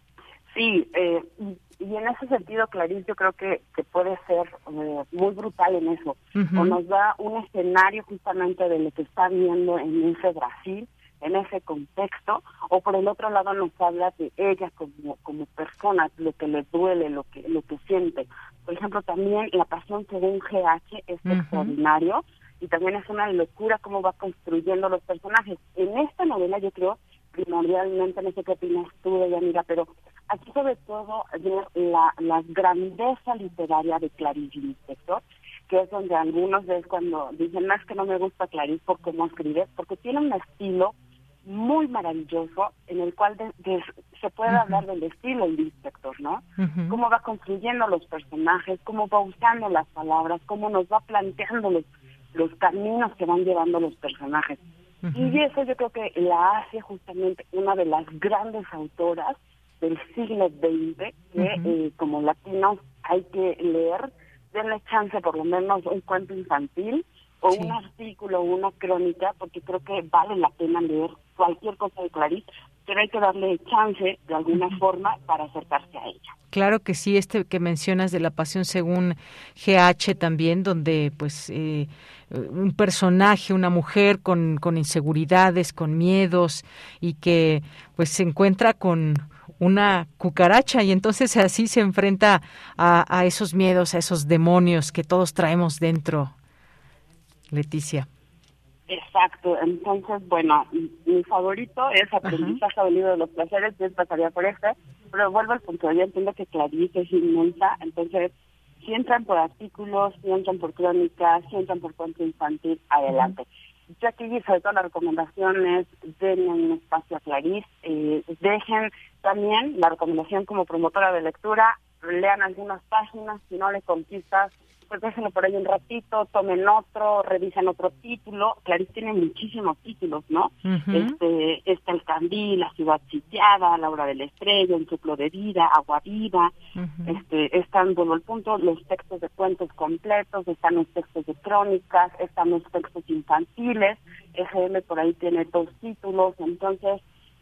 Sí, y en ese sentido Clarice yo creo que puede ser muy brutal en eso, o nos da un escenario justamente de lo que está viendo en ese Brasil, en ese contexto, o por el otro lado nos habla de ella como persona, lo que le duele, lo que siente. Por ejemplo, también La Pasión según GH es extraordinario, y también es una locura cómo va construyendo los personajes. En esta novela yo creo, primordialmente, no sé qué opinas tú, Yanira, pero aquí sobre todo la grandeza literaria de Clarice Lispector, que es donde algunos ves cuando dicen, no, es que no me gusta Clarice por cómo escribe, porque tiene un estilo muy maravilloso en el cual se puede hablar del estilo Lispector, ¿no? Cómo va construyendo los personajes, cómo va usando las palabras, cómo nos va planteando los caminos que van llevando los personajes. Y eso yo creo que la hace justamente una de las grandes autoras del siglo XX que como latinos hay que leer. Denle chance por lo menos un cuento infantil o un artículo o una crónica, porque creo que vale la pena leer cualquier cosa de Clarice, pero hay que darle chance de alguna forma para acercarse a ella. Claro que sí, que mencionas de La Pasión según GH también, donde pues un personaje, una mujer con inseguridades, con miedos, y que pues se encuentra con una cucaracha, y entonces así se enfrenta a esos miedos, a esos demonios que todos traemos dentro, Leticia. Exacto, entonces, bueno, mi favorito es Aprendizaje del Libro de los Placeres, yo pasaría por pero vuelvo al punto, yo entiendo que Clarice es inmensa, entonces, si entran por artículos, si entran por crónicas, si entran por cuento infantil, adelante. Yo aquí, sobre todo, la recomendación es denle un espacio a Clarice, dejen también la recomendación como promotora de lectura, lean algunas páginas, si no le conquistas, pues déjenlo por ahí un ratito, tomen otro, revisen otro título. Clarice tiene muchísimos títulos, ¿no? Está El Candil, La Ciudad Sitiada, La Hora de la Estrella, Un Soplo de Vida, Agua Viva, están, vuelvo al punto, los textos de cuentos completos, están los textos de crónicas, están los textos infantiles, EGM por ahí tiene 2 títulos, entonces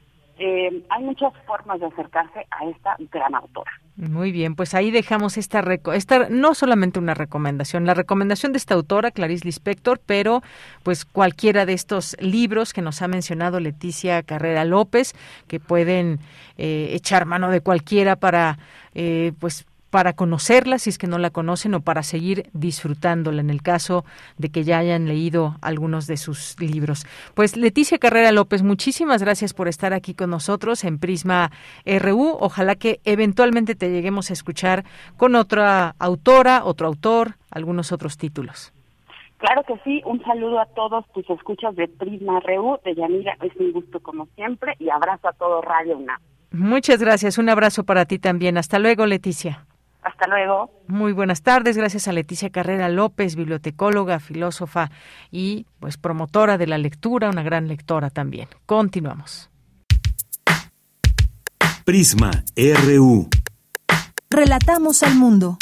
hay muchas formas de acercarse a esta gran autora. Muy bien, pues ahí dejamos esta no solamente una recomendación, la recomendación de esta autora, Clarice Lispector, pero pues cualquiera de estos libros que nos ha mencionado Leticia Carrera López, que pueden echar mano de cualquiera para pues para conocerla, si es que no la conocen, o para seguir disfrutándola, en el caso de que ya hayan leído algunos de sus libros. Pues Leticia Carrera López, muchísimas gracias por estar aquí con nosotros en Prisma RU. Ojalá que eventualmente te lleguemos a escuchar con otra autora, otro autor, algunos otros títulos. Claro que sí, un saludo a todos tus escuchas de Prisma RU, de Yanira, es un gusto como siempre, y abrazo a todo Radio UNAM. Muchas gracias, un abrazo para ti también. Hasta luego, Leticia. Hasta luego. Muy buenas tardes, gracias a Leticia Carrera López, bibliotecóloga, filósofa y pues promotora de la lectura, una gran lectora también. Continuamos. Prisma RU. Relatamos al mundo.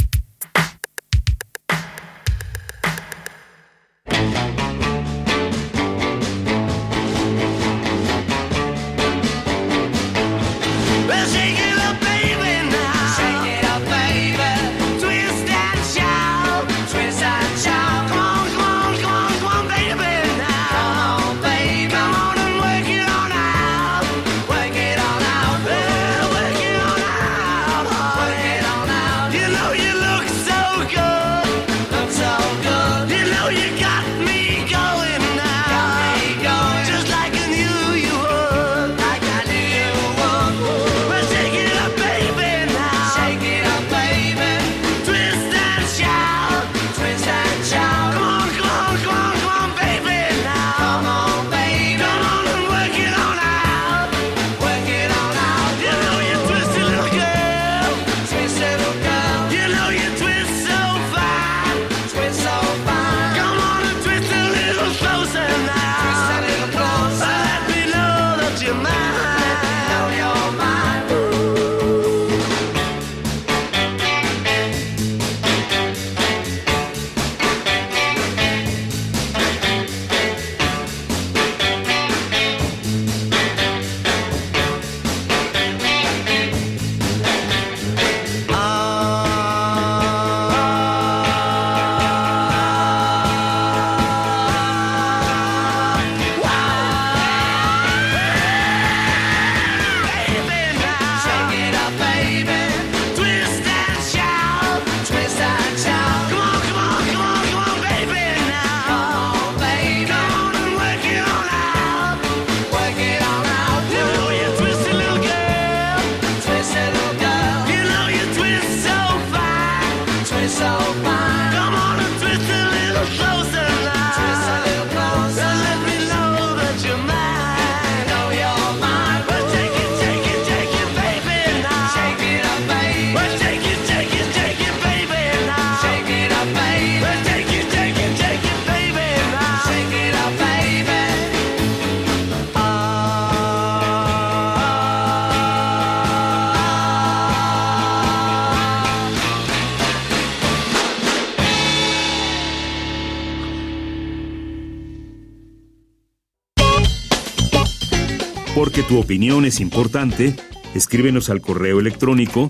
Porque tu opinión es importante, escríbenos al correo electrónico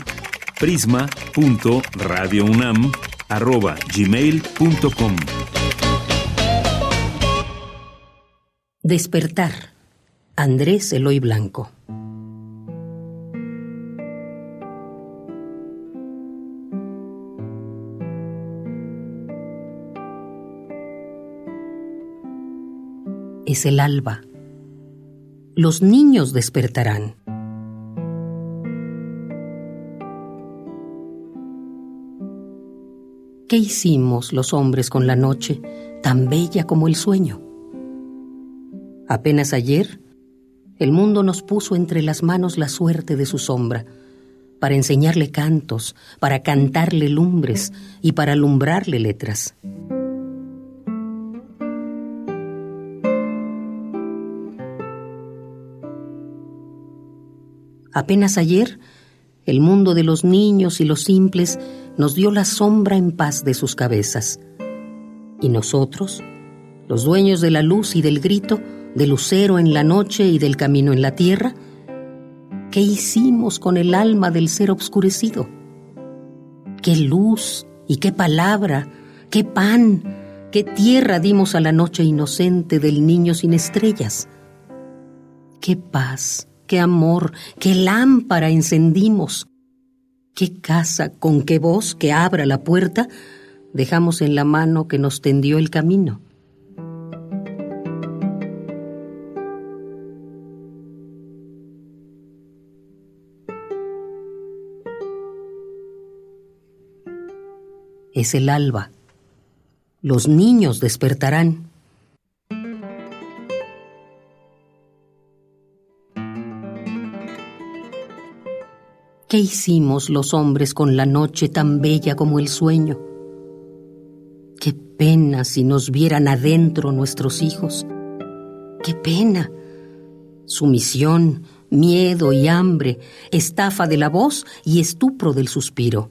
prisma.radiounam@gmail.com. Despertar. Andrés Eloy Blanco. Es el alba. Los niños despertarán. ¿Qué hicimos los hombres con la noche, tan bella como el sueño? Apenas ayer, el mundo nos puso entre las manos la suerte de su sombra, para enseñarle cantos, para cantarle lumbres y para alumbrarle letras. Apenas ayer, el mundo de los niños y los simples nos dio la sombra en paz de sus cabezas. Y nosotros, los dueños de la luz y del grito, del lucero en la noche y del camino en la tierra, ¿qué hicimos con el alma del ser obscurecido? ¿Qué luz y qué palabra, qué pan, qué tierra dimos a la noche inocente del niño sin estrellas? ¿Qué paz, qué amor, qué lámpara encendimos? ¿Qué casa, con qué voz que abra la puerta dejamos en la mano que nos tendió el camino? Es el alba. Los niños despertarán. ¿Qué hicimos los hombres con la noche tan bella como el sueño? Qué pena si nos vieran adentro nuestros hijos. Qué pena. Sumisión, miedo y hambre, estafa de la voz y estupro del suspiro.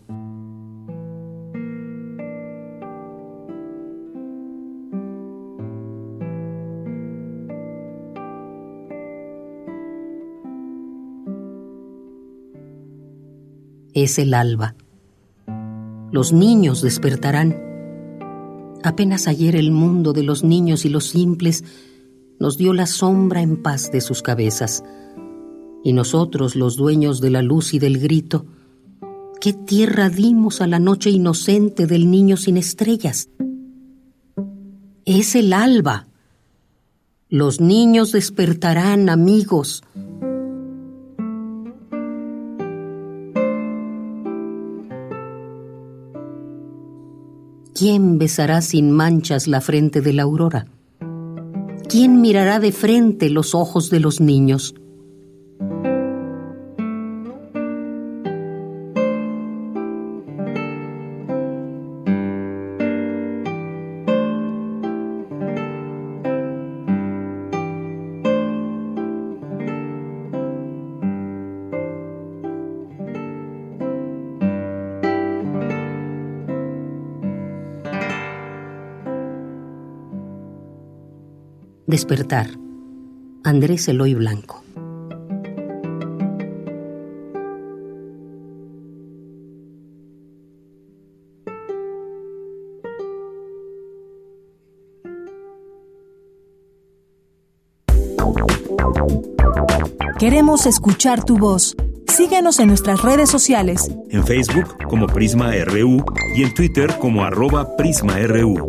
Es el alba. Los niños despertarán. Apenas ayer el mundo de los niños y los simples nos dio la sombra en paz de sus cabezas. Y nosotros, los dueños de la luz y del grito, ¿qué tierra dimos a la noche inocente del niño sin estrellas? Es el alba. Los niños despertarán, amigos. ¿Quién besará sin manchas la frente de la aurora? ¿Quién mirará de frente los ojos de los niños? Despertar. Andrés Eloy Blanco. Queremos escuchar tu voz. Síguenos en nuestras redes sociales. En Facebook como Prisma RU y en Twitter como @PrismaRU.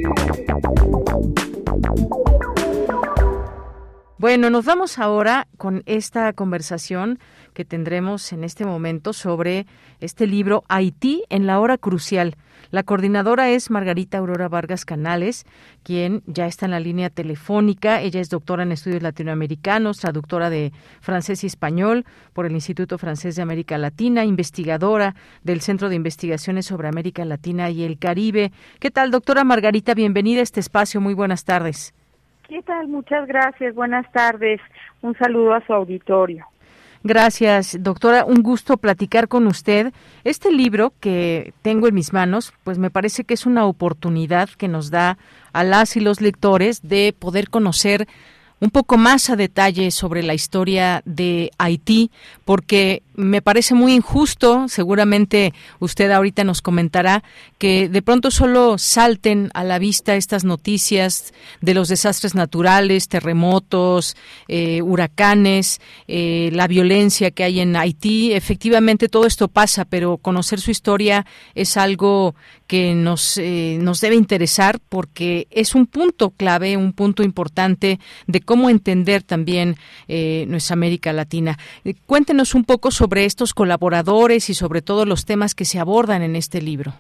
Bueno, nos vamos ahora con esta conversación que tendremos en este momento sobre este libro Haití en la hora crucial. La coordinadora es Margarita Aurora Vargas Canales, quien ya está en la línea telefónica. Ella es doctora en estudios latinoamericanos, traductora de francés y español por el Instituto Francés de América Latina, investigadora del Centro de Investigaciones sobre América Latina y el Caribe. ¿Qué tal, doctora Margarita? Bienvenida a este espacio. Muy buenas tardes. ¿Qué tal? Muchas gracias. Buenas tardes. Un saludo a su auditorio. Gracias, doctora. Un gusto platicar con usted. Este libro que tengo en mis manos, pues me parece que es una oportunidad que nos da a las y los lectores de poder conocer un poco más a detalle sobre la historia de Haití, porque me parece muy injusto, seguramente usted ahorita nos comentará, que de pronto solo salten a la vista estas noticias de los desastres naturales, terremotos, huracanes, la violencia que hay en Haití. Efectivamente todo esto pasa, pero conocer su historia es algo que nos debe interesar, porque es un punto clave, un punto importante de cómo entender también nuestra América Latina. Cuéntenos un poco sobre estos colaboradores y sobre todo los temas que se abordan en este libro.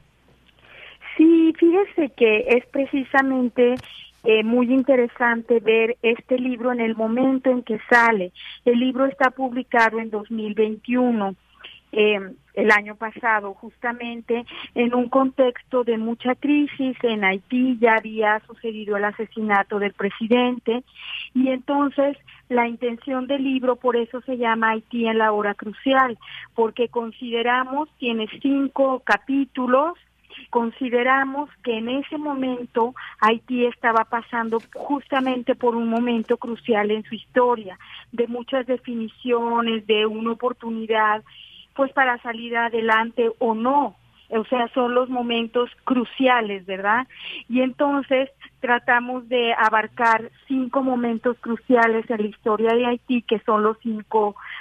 Sí, fíjese que es precisamente muy interesante ver este libro en el momento en que sale. El libro está publicado en 2021. El año pasado, justamente en un contexto de mucha crisis en Haití. Ya había sucedido el asesinato del presidente, y entonces la intención del libro, por eso se llama Haití en la hora crucial, porque consideramos, tiene 5 capítulos, consideramos que en ese momento Haití estaba pasando justamente por un momento crucial en su historia, de muchas definiciones, de una oportunidad pues para salir adelante o no. O sea, son los momentos cruciales, ¿verdad? Y entonces tratamos de abarcar 5 momentos cruciales en la historia de Haití, que son los 5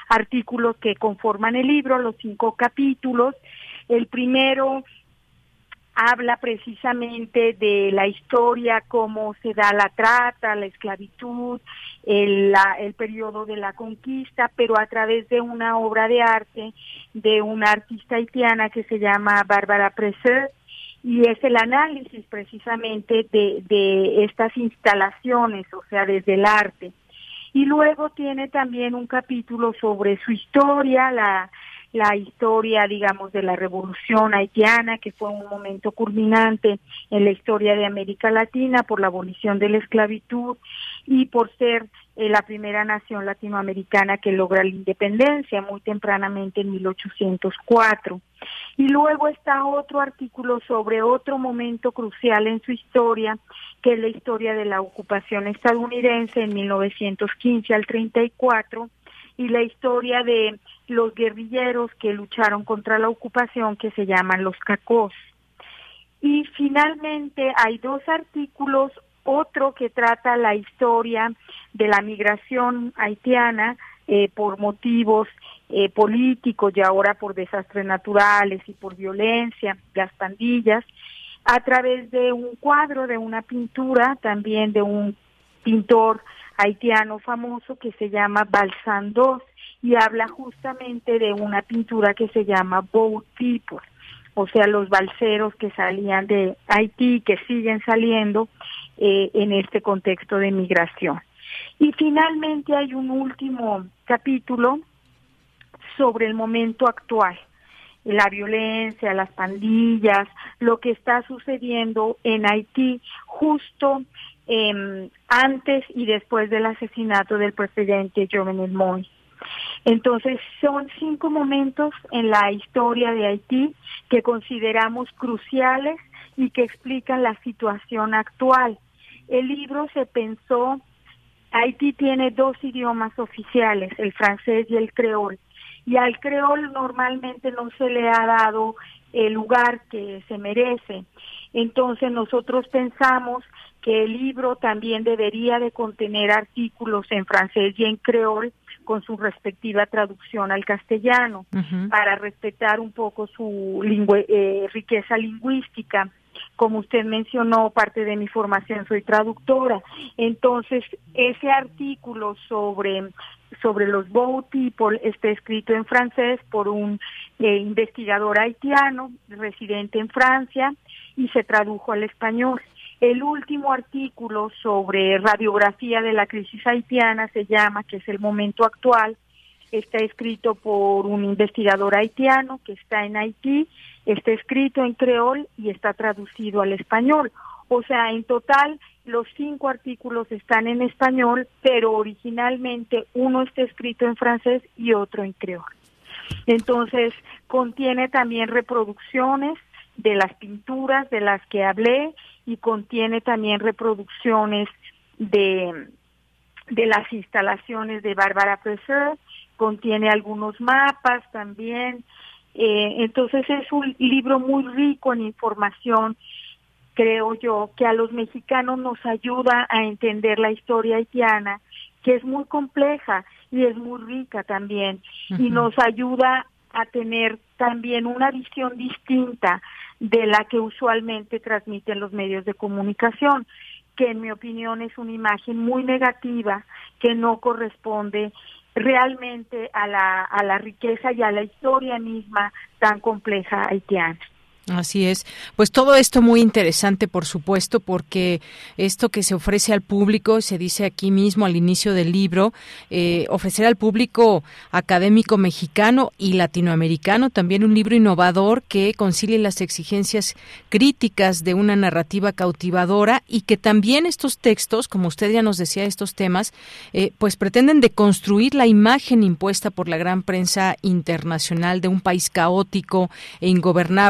artículos que conforman el libro, los 5 capítulos. El primero habla precisamente de la historia, cómo se da la trata, la esclavitud, el periodo de la conquista, pero a través de una obra de arte de una artista haitiana que se llama Bárbara Preser, y es el análisis precisamente de estas instalaciones, o sea, desde el arte. Y luego tiene también un capítulo sobre su historia, la historia, digamos, de la revolución haitiana, que fue un momento culminante en la historia de América Latina por la abolición de la esclavitud y por ser la primera nación latinoamericana que logra la independencia muy tempranamente en 1804. Y luego está otro artículo sobre otro momento crucial en su historia, que es la historia de la ocupación estadounidense en 1915 al 34, y la historia de los guerrilleros que lucharon contra la ocupación, que se llaman los cacós. Y finalmente hay 2 artículos, otro que trata la historia de la migración haitiana por motivos políticos y ahora por desastres naturales y por violencia, las pandillas, a través de un cuadro, de una pintura, también de un pintor haitiano famoso que se llama Balsan II, y habla justamente de una pintura que se llama Boat People, o sea, los balseros que salían de Haití, que siguen saliendo en este contexto de migración. Y finalmente hay un último capítulo sobre el momento actual, la violencia, las pandillas, lo que está sucediendo en Haití justo antes y después del asesinato del presidente Jovenel Moïse. Entonces son 5 momentos en la historia de Haití que consideramos cruciales y que explican la situación actual. El libro se pensó, Haití tiene 2 idiomas oficiales, el francés y el creol, y al creol normalmente no se le ha dado el lugar que se merece. Entonces nosotros pensamos que el libro también debería de contener artículos en francés y en creol con su respectiva traducción al castellano, para respetar un poco su riqueza lingüística. Como usted mencionó, parte de mi formación soy traductora. Entonces, ese artículo sobre los Boat People está escrito en francés por un investigador haitiano, residente en Francia, y se tradujo al español. El último artículo sobre radiografía de la crisis haitiana se llama, que es el momento actual, está escrito por un investigador haitiano que está en Haití, está escrito en creol y está traducido al español. O sea, en total los 5 artículos están en español, pero originalmente uno está escrito en francés y otro en creol. Entonces, contiene también reproducciones de las pinturas de las que hablé y contiene también reproducciones de las instalaciones de Bárbara Preser, contiene algunos mapas también. Entonces es un libro muy rico en información, creo yo, que a los mexicanos nos ayuda a entender la historia haitiana, que es muy compleja y es muy rica también, y nos ayuda a tener también una visión distinta de la que usualmente transmiten los medios de comunicación, que en mi opinión es una imagen muy negativa, que no corresponde realmente a la riqueza y a la historia misma tan compleja haitiana. Así es. Pues todo esto muy interesante, por supuesto, porque esto que se ofrece al público, se dice aquí mismo al inicio del libro, ofrecer al público académico mexicano y latinoamericano también un libro innovador que concilie las exigencias críticas de una narrativa cautivadora y que también estos textos, como usted ya nos decía, estos temas, pues pretenden deconstruir la imagen impuesta por la gran prensa internacional de un país caótico e ingobernable por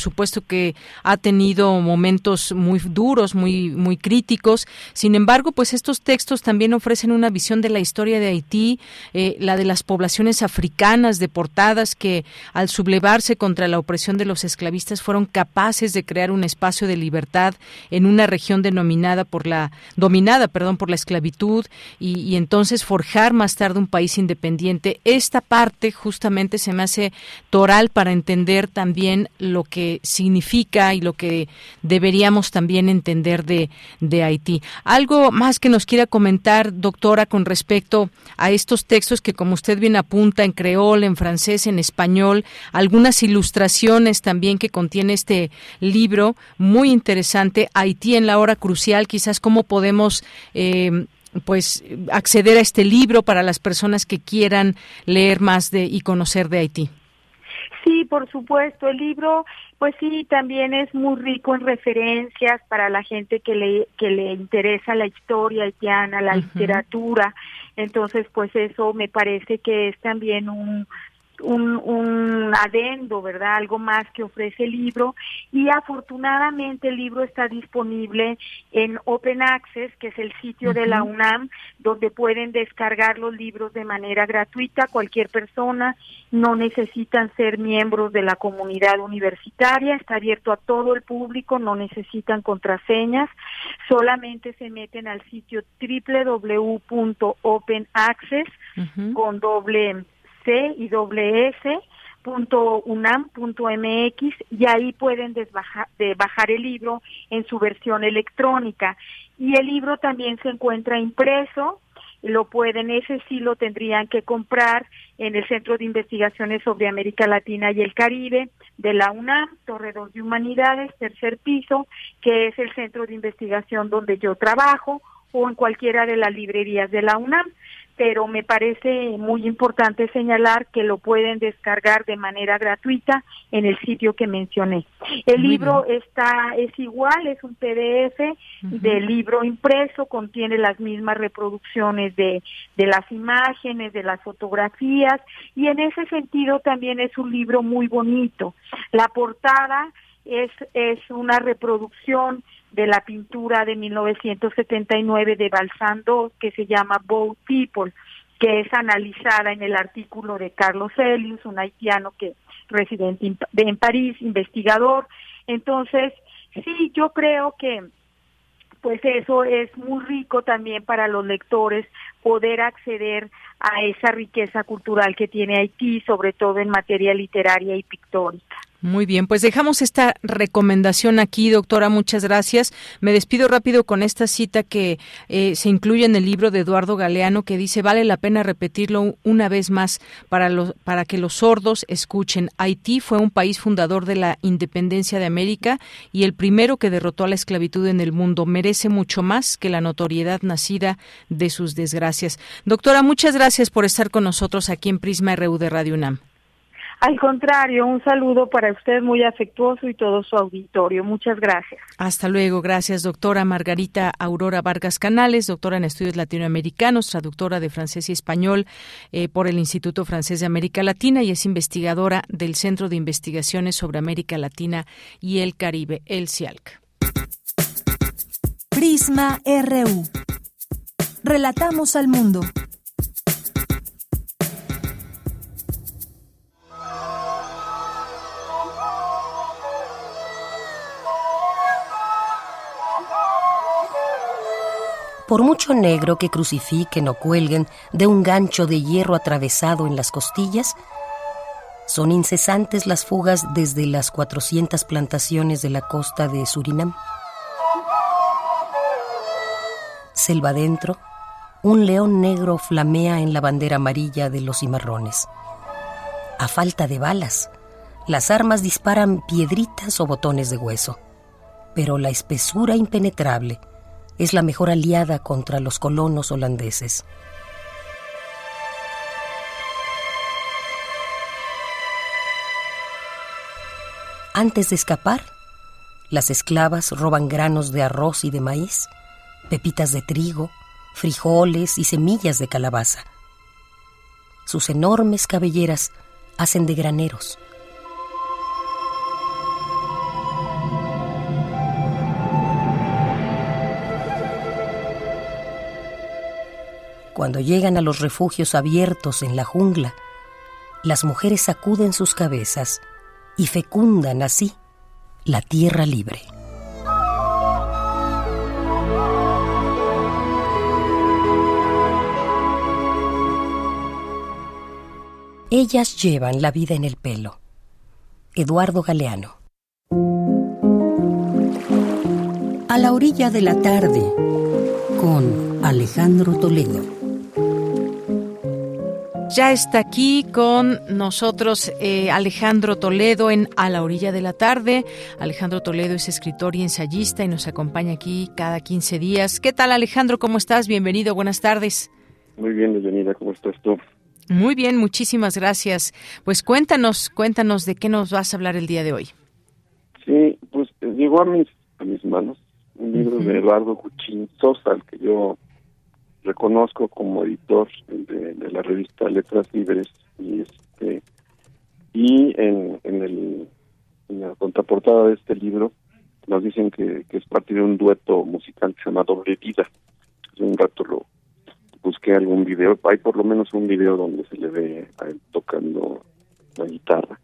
supuesto que ha tenido momentos muy duros, muy críticos. Sin embargo, pues estos textos también ofrecen una visión de la historia de Haití, la de las poblaciones africanas deportadas que al sublevarse contra la opresión de los esclavistas fueron capaces de crear un espacio de libertad en una región dominada por la esclavitud y entonces forjar más tarde un país independiente. Esta parte justamente se me hace toral para entender también lo que significa y lo que deberíamos también entender de Haití. ¿Algo más que nos quiera comentar, doctora, con respecto a estos textos que, como usted bien apunta, en creol, en francés, en español, algunas ilustraciones también que contiene este libro muy interesante, Haití en la hora crucial? Quizás cómo podemos acceder a este libro para las personas que quieran leer más y conocer de Haití. Sí, por supuesto, el libro, pues sí, también es muy rico en referencias para la gente que le interesa la historia haitiana, la literatura. Entonces, pues eso me parece que es también un adendo, ¿verdad? Algo más que ofrece el libro, y afortunadamente el libro está disponible en Open Access, que es el sitio de la UNAM, donde pueden descargar los libros de manera gratuita. Cualquier persona, no necesitan ser miembros de la comunidad universitaria, está abierto a todo el público, no necesitan contraseñas, solamente se meten al sitio www.openaccess con doble C y .unam.mx, y ahí pueden bajar el libro en su versión electrónica. Y el libro también se encuentra impreso, ese sí lo tendrían que comprar en el Centro de Investigaciones sobre América Latina y el Caribe de la UNAM, Torre 2 de Humanidades, tercer piso, que es el centro de investigación donde yo trabajo, o en cualquiera de las librerías de la UNAM. Pero me parece muy importante señalar que lo pueden descargar de manera gratuita en el sitio que mencioné. El libro es igual, es un PDF del libro impreso, contiene las mismas reproducciones de las imágenes, de las fotografías, y en ese sentido también es un libro muy bonito. La portada es una reproducción de la pintura de 1979 de Balzac II, que se llama Boat People, que es analizada en el artículo de Carlos Elius, un haitiano que residente en París, investigador. Entonces, sí, yo creo que pues eso es muy rico también para los lectores, poder acceder a esa riqueza cultural que tiene Haití, sobre todo en materia literaria y pictórica. Muy bien, pues dejamos esta recomendación aquí, doctora, muchas gracias. Me despido rápido con esta cita que se incluye en el libro de Eduardo Galeano, que dice: vale la pena repetirlo una vez más para que los sordos escuchen. Haití fue un país fundador de la independencia de América y el primero que derrotó a la esclavitud en el mundo. Merece mucho más que la notoriedad nacida de sus desgracias. Doctora, muchas gracias por estar con nosotros aquí en Prisma RU de Radio UNAM. Al contrario, un saludo para usted muy afectuoso y todo su auditorio. Muchas gracias. Hasta luego. Gracias, doctora Margarita Aurora Vargas Canales, doctora en estudios latinoamericanos, traductora de francés y español por el Instituto Francés de América Latina, y es investigadora del Centro de Investigaciones sobre América Latina y el Caribe, el CIALC. Prisma RU. Relatamos al mundo. Por mucho negro que crucifiquen o cuelguen de un gancho de hierro atravesado en las costillas, son incesantes las fugas desde las 400 plantaciones de la costa de Surinam. Selva adentro, un león negro flamea en la bandera amarilla de los cimarrones. A falta de balas, las armas disparan piedritas o botones de hueso, pero la espesura impenetrable es la mejor aliada contra los colonos holandeses. Antes de escapar, las esclavas roban granos de arroz y de maíz, pepitas de trigo, frijoles y semillas de calabaza. Sus enormes cabelleras hacen de graneros. Cuando llegan a los refugios abiertos en la jungla, las mujeres sacuden sus cabezas y fecundan así la tierra libre. Ellas llevan la vida en el pelo. Eduardo Galeano. A la orilla de la tarde, con Alejandro Toledo. Ya está aquí con nosotros Alejandro Toledo en A la orilla de la tarde. Alejandro Toledo es escritor y ensayista y nos acompaña aquí cada 15 días. ¿Qué tal, Alejandro? ¿Cómo estás? Bienvenido, buenas tardes. Muy bien, Deyanira, ¿cómo estás tú? Muy bien, muchísimas gracias. Pues cuéntanos de qué nos vas a hablar el día de hoy. Sí, pues llegó a mis manos un libro de Eduardo Guchín Sosa, al que yo reconozco como editor de la revista Letras Libres, y en la contraportada de este libro nos dicen que es parte de un dueto musical que se llama Doble Vida. Hace un rato lo busqué algún video, hay por lo menos un video donde se le ve a él tocando la guitarra.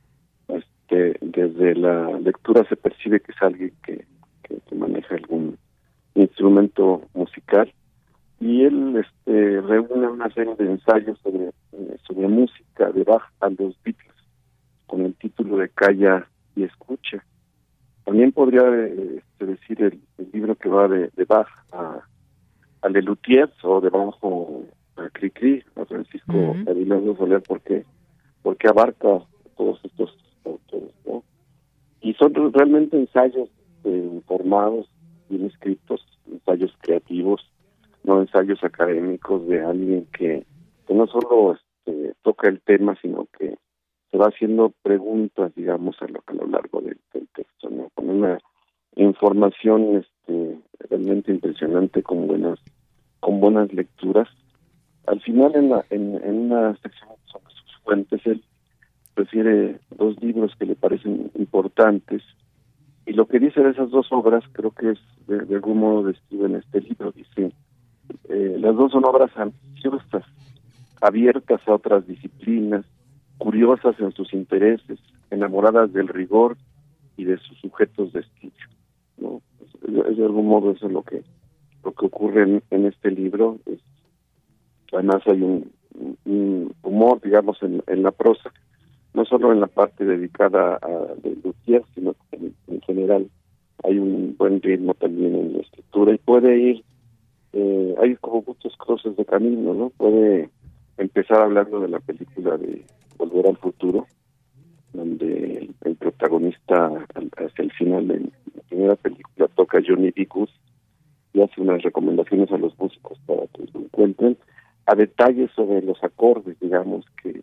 Desde la lectura se percibe que es alguien que maneja algún instrumento musical, y él reúne una serie de ensayos sobre música de Bach a los Beatles con el título de Calla y Escucha. También podría decir el libro que va de Bach a Lelutier, o de Bach a Cricri, a Francisco Aguilar Soler, porque abarca todos estos autores, ¿no? Y son realmente ensayos informados, bien escritos, ensayos creativos, no ensayos académicos de alguien que no solo toca el tema, sino que se va haciendo preguntas, digamos, a lo largo del texto, ¿no? Con una información realmente impresionante, con buenas lecturas. Al final, en una sección sobre sus fuentes, él prefiere dos libros que le parecen importantes, y lo que dice de esas dos obras creo que es de algún modo describe en este libro. Dice: las dos son obras ambiciosas, abiertas a otras disciplinas, curiosas en sus intereses, enamoradas del rigor y de sus sujetos de estudio, ¿no? Es de algún modo eso es lo que ocurre en este libro. Además hay un humor, digamos, en la prosa, no solo en la parte dedicada a Lelutier, sino que en general hay un buen ritmo también en la escritura, y puede ir, hay como muchos cruces de camino, ¿no? Puede empezar hablando de la película de Volver al Futuro, donde el protagonista hacia el final de la primera película toca Johnny B. Goode y hace unas recomendaciones a los músicos para que lo encuentren, a detalles sobre los acordes, digamos, que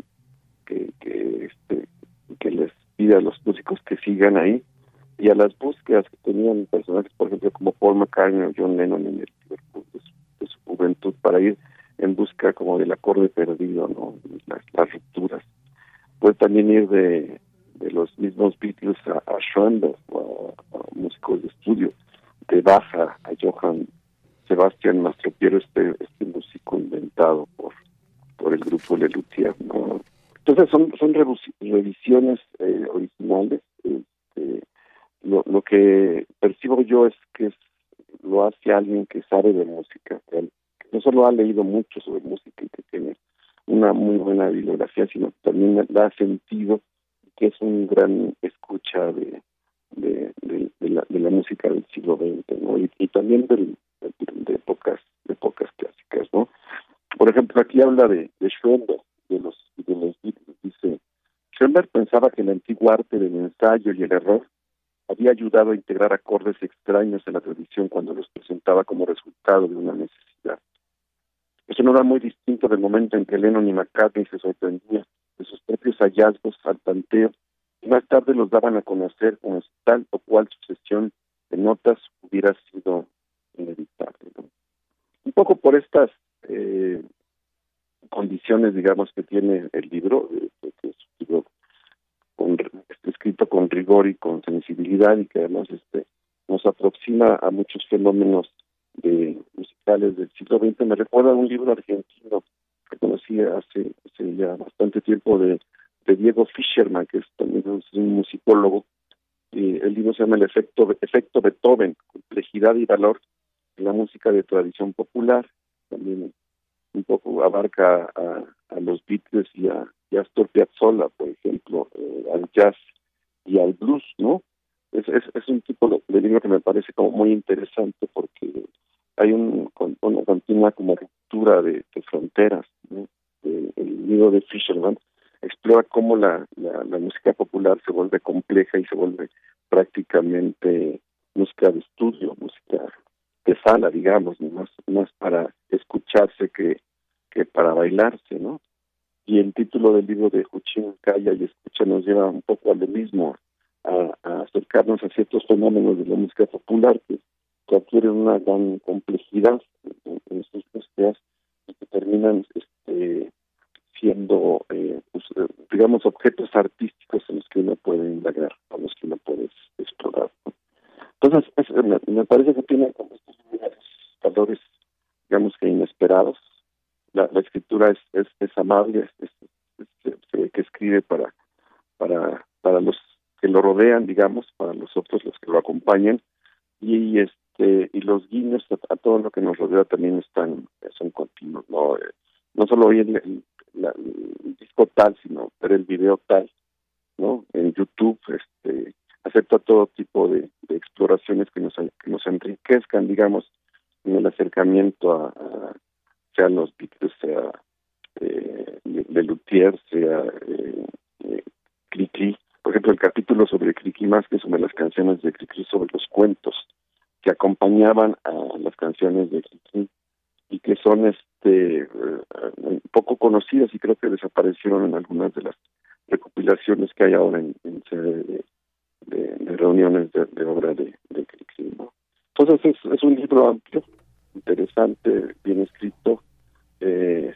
les pide a los músicos que sigan ahí, y a las búsquedas que tenían personajes, por ejemplo, como Paul McCartney o John Lennon en el Liverpool de su juventud, para ir en busca como del acorde perdido, ¿no? Las rupturas. Puede también ir de los mismos Beatles a Schoenberg, o a músicos de estudio, de Bach a Johann Sebastian Mastropiero, este músico inventado por el grupo Lelutier, ¿no? Entonces son revisiones originales. Lo que percibo yo es que lo hace alguien que sabe de música, que no solo ha leído mucho sobre música y que tiene una muy buena bibliografía, sino que también da sentido, que es un gran escucha de la música del siglo XX, ¿no? Y también de épocas clásicas, ¿no? Por ejemplo, aquí habla de Schoenberg, de los Beatles. Dice: Schoenberg pensaba que el antiguo arte del ensayo y el error había ayudado a integrar acordes extraños en la tradición cuando los presentaba como resultado de una necesidad. Eso no era muy distinto del momento en que Lennon y McCartney se sorprendían de sus propios hallazgos al tanteo, y más tarde los daban a conocer como si tal o cual sucesión de notas hubiera sido inevitable, ¿no? Un poco por estas condiciones, digamos, que tiene el libro, que es un libro escrito con rigor y con sensibilidad, y que además nos aproxima a muchos fenómenos musicales del siglo XX. Me recuerda a un libro argentino conocí hace ya bastante tiempo de Diego Fischerman, que es también un musicólogo. El libro se llama El efecto Beethoven, complejidad y valor en la música de tradición popular. También un poco abarca a los Beatles y a Astor Piazzolla, por ejemplo, al jazz y al blues, ¿no? Es un tipo de libro que me parece como muy interesante porque hay una continua como ruptura de fronteras, ¿no? El libro de Fischerman explora cómo la música popular se vuelve compleja y se vuelve prácticamente música de estudio, música de sala, digamos, más para escucharse que para bailarse, ¿no? Y el título del libro de Huchín, Calla y Escucha, nos lleva un poco a lo mismo, a acercarnos a ciertos fenómenos de la música popular que adquieren una gran complejidad en sus búsquedas y que terminan siendo, digamos, objetos artísticos en los que uno puede indagar, a los que uno puede explorar, ¿no? Entonces, me parece que tiene como estos valores, digamos que inesperados. La escritura es amable, se ve que escribe para los que lo rodean, digamos, para los otros, los que lo acompañan, y los guiños a todo lo que nos rodea también son continuos, no solo oír el disco tal, sino ver el video tal, ¿no? En YouTube, acepta todo tipo de exploraciones que nos enriquezcan, digamos, en el acercamiento sea los Beatles, sea Lelutier, sea Cricri. Por ejemplo, el capítulo sobre Cricri, más que sobre las canciones de Cricri, sobre los cuentos que acompañaban a las canciones de Cricri y que son poco conocidas y creo que desaparecieron en algunas de las recopilaciones que hay ahora en sede de reuniones de obra de Cricri, ¿no? Entonces es un libro amplio, interesante, bien escrito, que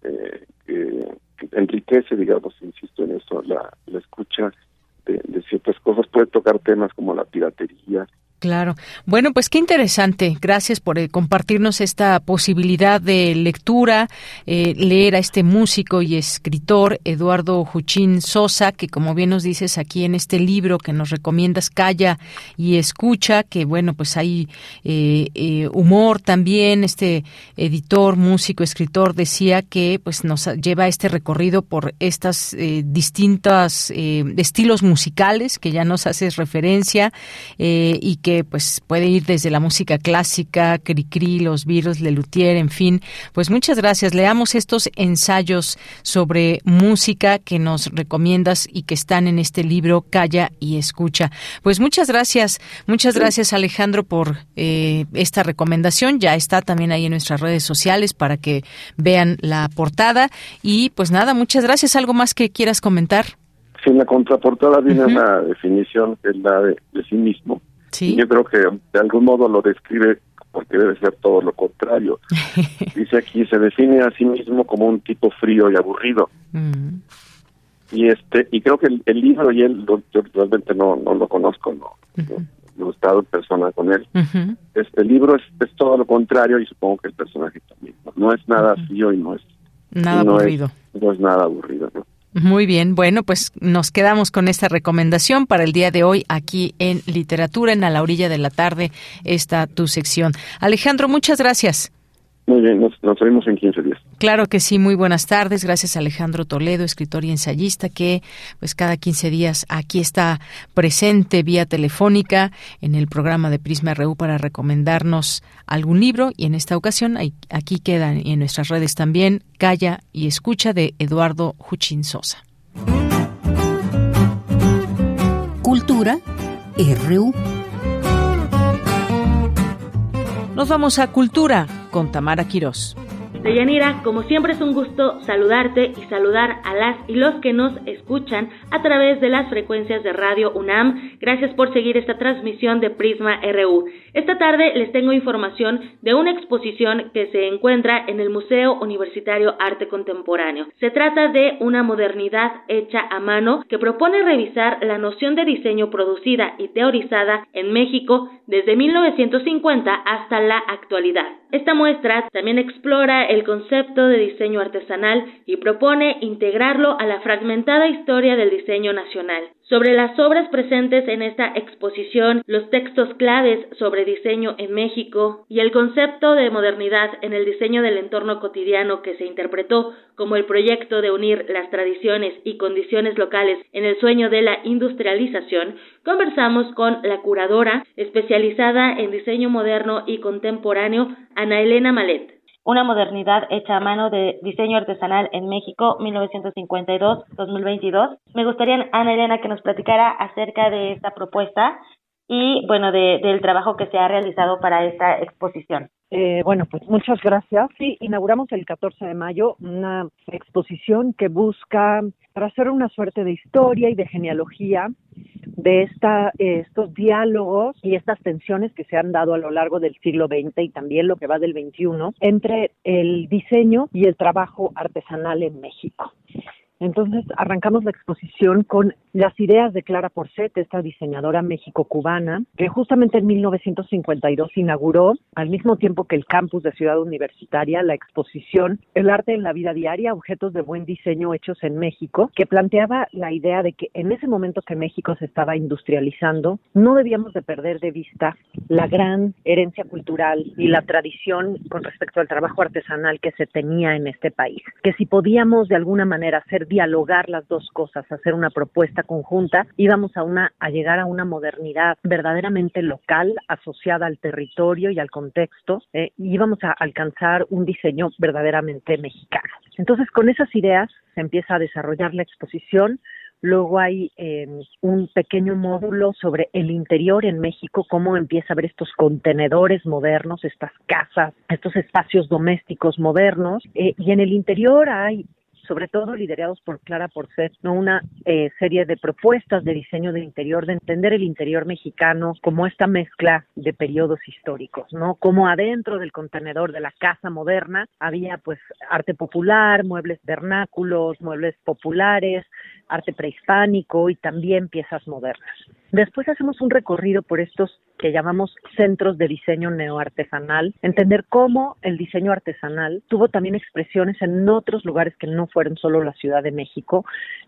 enriquece, digamos, insisto en eso, la escucha de ciertas cosas. Puede tocar temas como la piratería. Claro. Bueno, pues qué interesante. Gracias por compartirnos esta posibilidad de lectura, leer a este músico y escritor Eduardo Huchín Sosa, que como bien nos dices aquí en este libro que nos recomiendas, Calla y Escucha, que bueno, pues hay humor también. Este editor, músico, escritor decía que pues nos lleva a este recorrido por estas distintas estilos musicales que ya nos haces referencia, y que pues puede ir desde la música clásica, Cricri, los Beatles, Lelutier, en fin. Pues muchas gracias. Leamos estos ensayos sobre música que nos recomiendas y que están en este libro Calla y Escucha. Pues muchas gracias Alejandro por esta recomendación. Ya está también ahí en nuestras redes sociales para que vean la portada. Y pues nada, muchas gracias. ¿Algo más que quieras comentar? Sí, en la contraportada viene una definición que es la de sí mismo. Sí. Yo creo que de algún modo lo describe porque debe ser todo lo contrario. Dice aquí, se define a sí mismo como un tipo frío y aburrido. Y creo que el libro y él, yo realmente no lo conozco, no he estado en persona con él. El libro es todo lo contrario y supongo que el personaje también. No es nada frío y no es nada aburrido. No es nada aburrido, ¿no? Muy bien, bueno, pues nos quedamos con esta recomendación para el día de hoy aquí en Literatura, en A la Orilla de la Tarde, está tu sección. Alejandro, muchas gracias. Muy bien, nos vemos en 15 días. Claro que sí, muy buenas tardes. Gracias a Alejandro Toledo, escritor y ensayista, que pues cada 15 días aquí está presente vía telefónica en el programa de Prisma RU para recomendarnos algún libro, y en esta ocasión aquí quedan y en nuestras redes también Calla y Escucha de Eduardo Huchín Sosa. Cultura RU. Nos vamos a Cultura con Tamara Quirós. Deyanira, como siempre es un gusto saludarte y saludar a las y los que nos escuchan a través de las frecuencias de Radio UNAM. Gracias por seguir esta transmisión de Prisma RU. Esta tarde les tengo información de una exposición que se encuentra en el Museo Universitario Arte Contemporáneo. Se trata de una modernidad hecha a mano que propone revisar la noción de diseño producida y teorizada en México desde 1950 hasta la actualidad. Esta muestra también explora el concepto de diseño artesanal y propone integrarlo a la fragmentada historia del diseño nacional. Sobre las obras presentes en esta exposición, los textos claves sobre diseño en México y el concepto de modernidad en el diseño del entorno cotidiano que se interpretó como el proyecto de unir las tradiciones y condiciones locales en el sueño de la industrialización, conversamos con la curadora especializada en diseño moderno y contemporáneo, Ana Elena Malet. Una modernidad hecha a mano de diseño artesanal en México, 1952-2022. Me gustaría, Ana Elena, que nos platicara acerca de esta propuesta y, bueno, del trabajo que se ha realizado para esta exposición. Pues muchas gracias. Sí, inauguramos el 14 de mayo una exposición que busca hacer una suerte de historia y de genealogía de estos diálogos y estas tensiones que se han dado a lo largo del siglo XX y también lo que va del XXI entre el diseño y el trabajo artesanal en México. Entonces arrancamos la exposición con las ideas de Clara Porcet, esta diseñadora méxico-cubana, que justamente en 1952 inauguró, al mismo tiempo que el campus de Ciudad Universitaria, la exposición El arte en la vida diaria, objetos de buen diseño hechos en México, que planteaba la idea de que en ese momento que México se estaba industrializando, no debíamos de perder de vista la gran herencia cultural y la tradición con respecto al trabajo artesanal que se tenía en este país. Que si podíamos de alguna manera dialogar las dos cosas, hacer una propuesta conjunta, íbamos a llegar a una modernidad verdaderamente local, asociada al territorio y al contexto, y íbamos a alcanzar un diseño verdaderamente mexicano. Entonces, con esas ideas se empieza a desarrollar la exposición. Luego hay un pequeño módulo sobre el interior en México, cómo empieza a ver estos contenedores modernos, estas casas, estos espacios domésticos modernos, y en el interior hay, sobre todo liderados por Clara Porcet, una serie de propuestas de diseño de interior, de entender el interior mexicano como esta mezcla de periodos históricos, ¿no? Como adentro del contenedor de la casa moderna había pues arte popular, muebles vernáculos, muebles populares, arte prehispánico y también piezas modernas. Después hacemos un recorrido por estos que llamamos centros de diseño neoartesanal, entender cómo el diseño artesanal tuvo también expresiones en otros lugares que no fueron solo la Ciudad de México,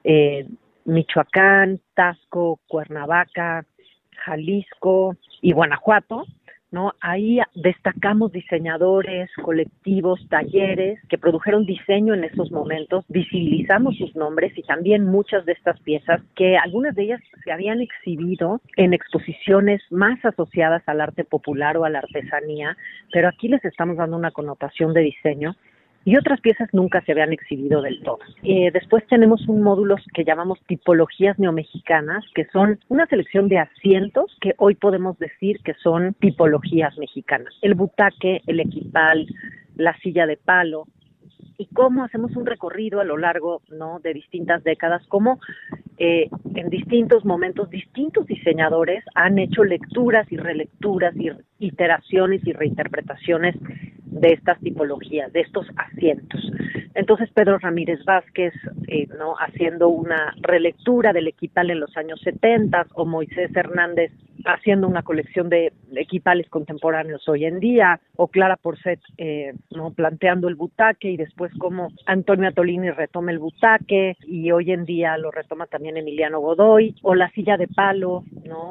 Michoacán, Tasco, Cuernavaca, Jalisco y Guanajuato, ¿no? Ahí destacamos diseñadores, colectivos, talleres que produjeron diseño en esos momentos, visibilizamos sus nombres y también muchas de estas piezas, que algunas de ellas se habían exhibido en exposiciones más asociadas al arte popular o a la artesanía, pero aquí les estamos dando una connotación de diseño. Y otras piezas nunca se habían exhibido del todo. Después tenemos un módulo que llamamos tipologías neomexicanas, que son una selección de asientos que hoy podemos decir que son tipologías mexicanas. El butaque, el equipal, la silla de palo, y cómo hacemos un recorrido a lo largo, ¿no?, de distintas décadas, cómo en distintos momentos distintos diseñadores han hecho lecturas y relecturas y iteraciones y reinterpretaciones de estas tipologías, de estos asientos. Entonces Pedro Ramírez Vázquez haciendo una relectura del equipal en los años 70, o Moisés Hernández haciendo una colección de equipales contemporáneos hoy en día, o Clara Porcet planteando el butaque, y después como Antonio Atolini retoma el butaque y hoy en día lo retoma también Emiliano Godoy, o la silla de palo,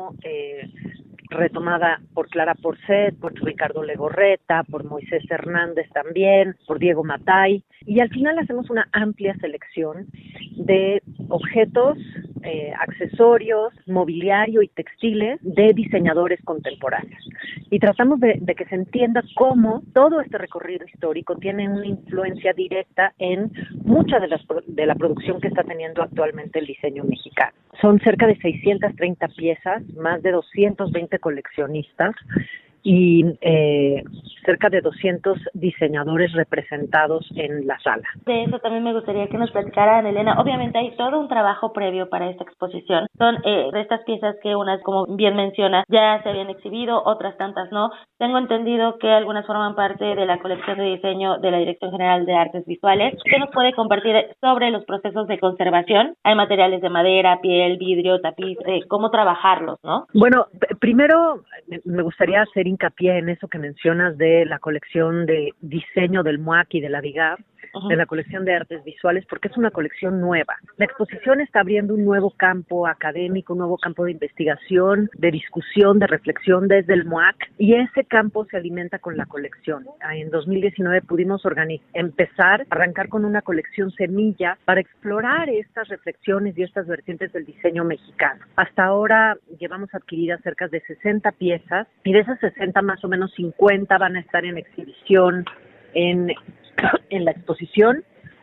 retomada por Clara Porcet, por Ricardo Legorreta, por Moisés Hernández también, por Diego Matay, y al final hacemos una amplia selección de objetos, accesorios, mobiliario y textiles de diseñadores contemporáneos. Y tratamos de que se entienda cómo todo este recorrido histórico tiene una influencia directa en mucha de la producción que está teniendo actualmente el diseño mexicano. Son cerca de 630 piezas, más de 220 coleccionistas y cerca de 200 diseñadores representados en la sala. De eso también me gustaría que nos platicara, Ana Elena. Obviamente hay todo un trabajo previo para esta exposición. Son de estas piezas que unas, como bien menciona, ya se habían exhibido, otras tantas no. Tengo entendido que algunas forman parte de la colección de diseño de la Dirección General de Artes Visuales. ¿Qué nos puede compartir sobre los procesos de conservación? Hay materiales de madera, piel, vidrio, tapiz, cómo trabajarlos, ¿no? Bueno, primero me gustaría hacer hincapié en eso que mencionas de la colección de diseño del MUAC y de la Vigar, de la colección de artes visuales, porque es una colección nueva. La exposición está abriendo un nuevo campo académico, un nuevo campo de investigación, de discusión, de reflexión desde el MUAC, y ese campo se alimenta con la colección. En 2019 pudimos arrancar con una colección semilla para explorar estas reflexiones y estas vertientes del diseño mexicano. Hasta ahora llevamos adquiridas cerca de 60 piezas, y de esas 60 más o menos 50 van a estar en exhibición en la exposición,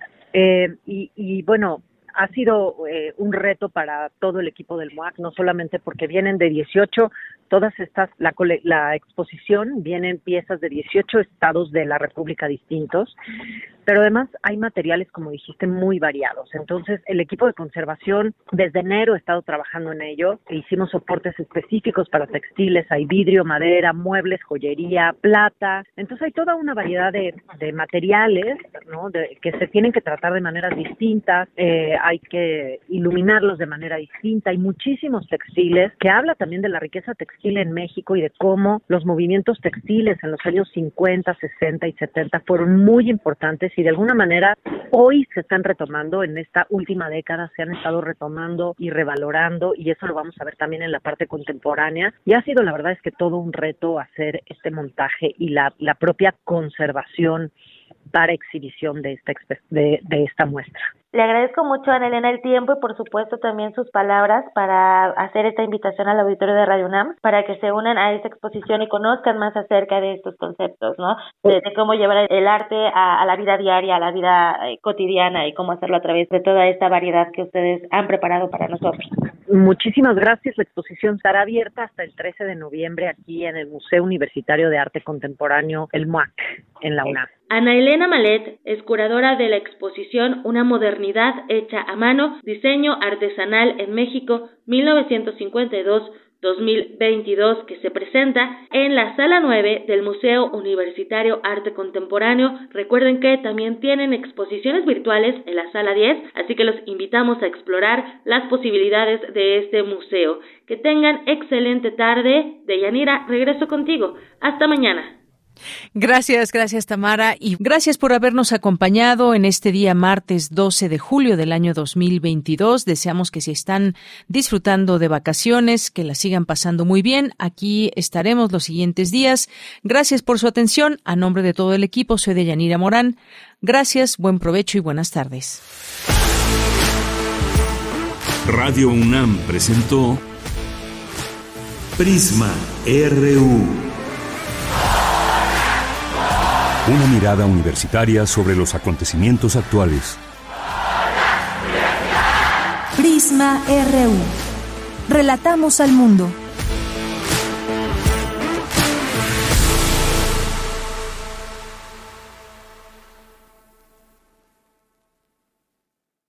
y bueno, ha sido un reto para todo el equipo del MUAC, no solamente porque vienen de 18, todas estas, la exposición, vienen piezas de 18 estados de la República distintos, pero además hay materiales, como dijiste, muy variados. Entonces, el equipo de conservación desde enero ha estado trabajando en ello. Hicimos soportes específicos para textiles, hay vidrio, madera, muebles, joyería, plata. Entonces, hay toda una variedad de materiales, ¿no? Que se tienen que tratar de maneras distintas, hay que iluminarlos de manera distinta. Hay muchísimos textiles, que habla también de la riqueza textil en México y de cómo los movimientos textiles en los años 50, 60 y 70 fueron muy importantes, y de alguna manera hoy se están retomando. En esta última década se han estado retomando y revalorando, y eso lo vamos a ver también en la parte contemporánea, y ha sido, la verdad es que todo un reto hacer este montaje y la propia conservación para exhibición de esta muestra. Le agradezco mucho a Ana Elena el tiempo y por supuesto también sus palabras para hacer esta invitación al auditorio de Radio UNAM para que se unan a esta exposición y conozcan más acerca de estos conceptos, ¿no? De cómo llevar el arte a la vida diaria, a la vida cotidiana, y cómo hacerlo a través de toda esta variedad que ustedes han preparado para nosotros. Muchísimas gracias. La exposición estará abierta hasta el 13 de noviembre aquí en el Museo Universitario de Arte Contemporáneo, el MUAC, en la UNAM. Ana Elena Malet es curadora de la exposición Una modernidad hecha a mano, diseño artesanal en México 1952-2022, que se presenta en la Sala 9 del Museo Universitario Arte Contemporáneo. Recuerden que también tienen exposiciones virtuales en la Sala 10, así que los invitamos a explorar las posibilidades de este museo. Que tengan excelente tarde. Deyanira, regreso contigo. Hasta mañana. Gracias Tamara, y gracias por habernos acompañado en este día martes 12 de julio del año 2022. Deseamos que si están disfrutando de vacaciones, que la sigan pasando muy bien. Aquí estaremos los siguientes días. Gracias por su atención. A nombre de todo el equipo, soy Deyanira Morán. Gracias, buen provecho y buenas tardes. Radio UNAM presentó Prisma RU. Una mirada universitaria sobre los acontecimientos actuales. Prisma RU. Relatamos al mundo.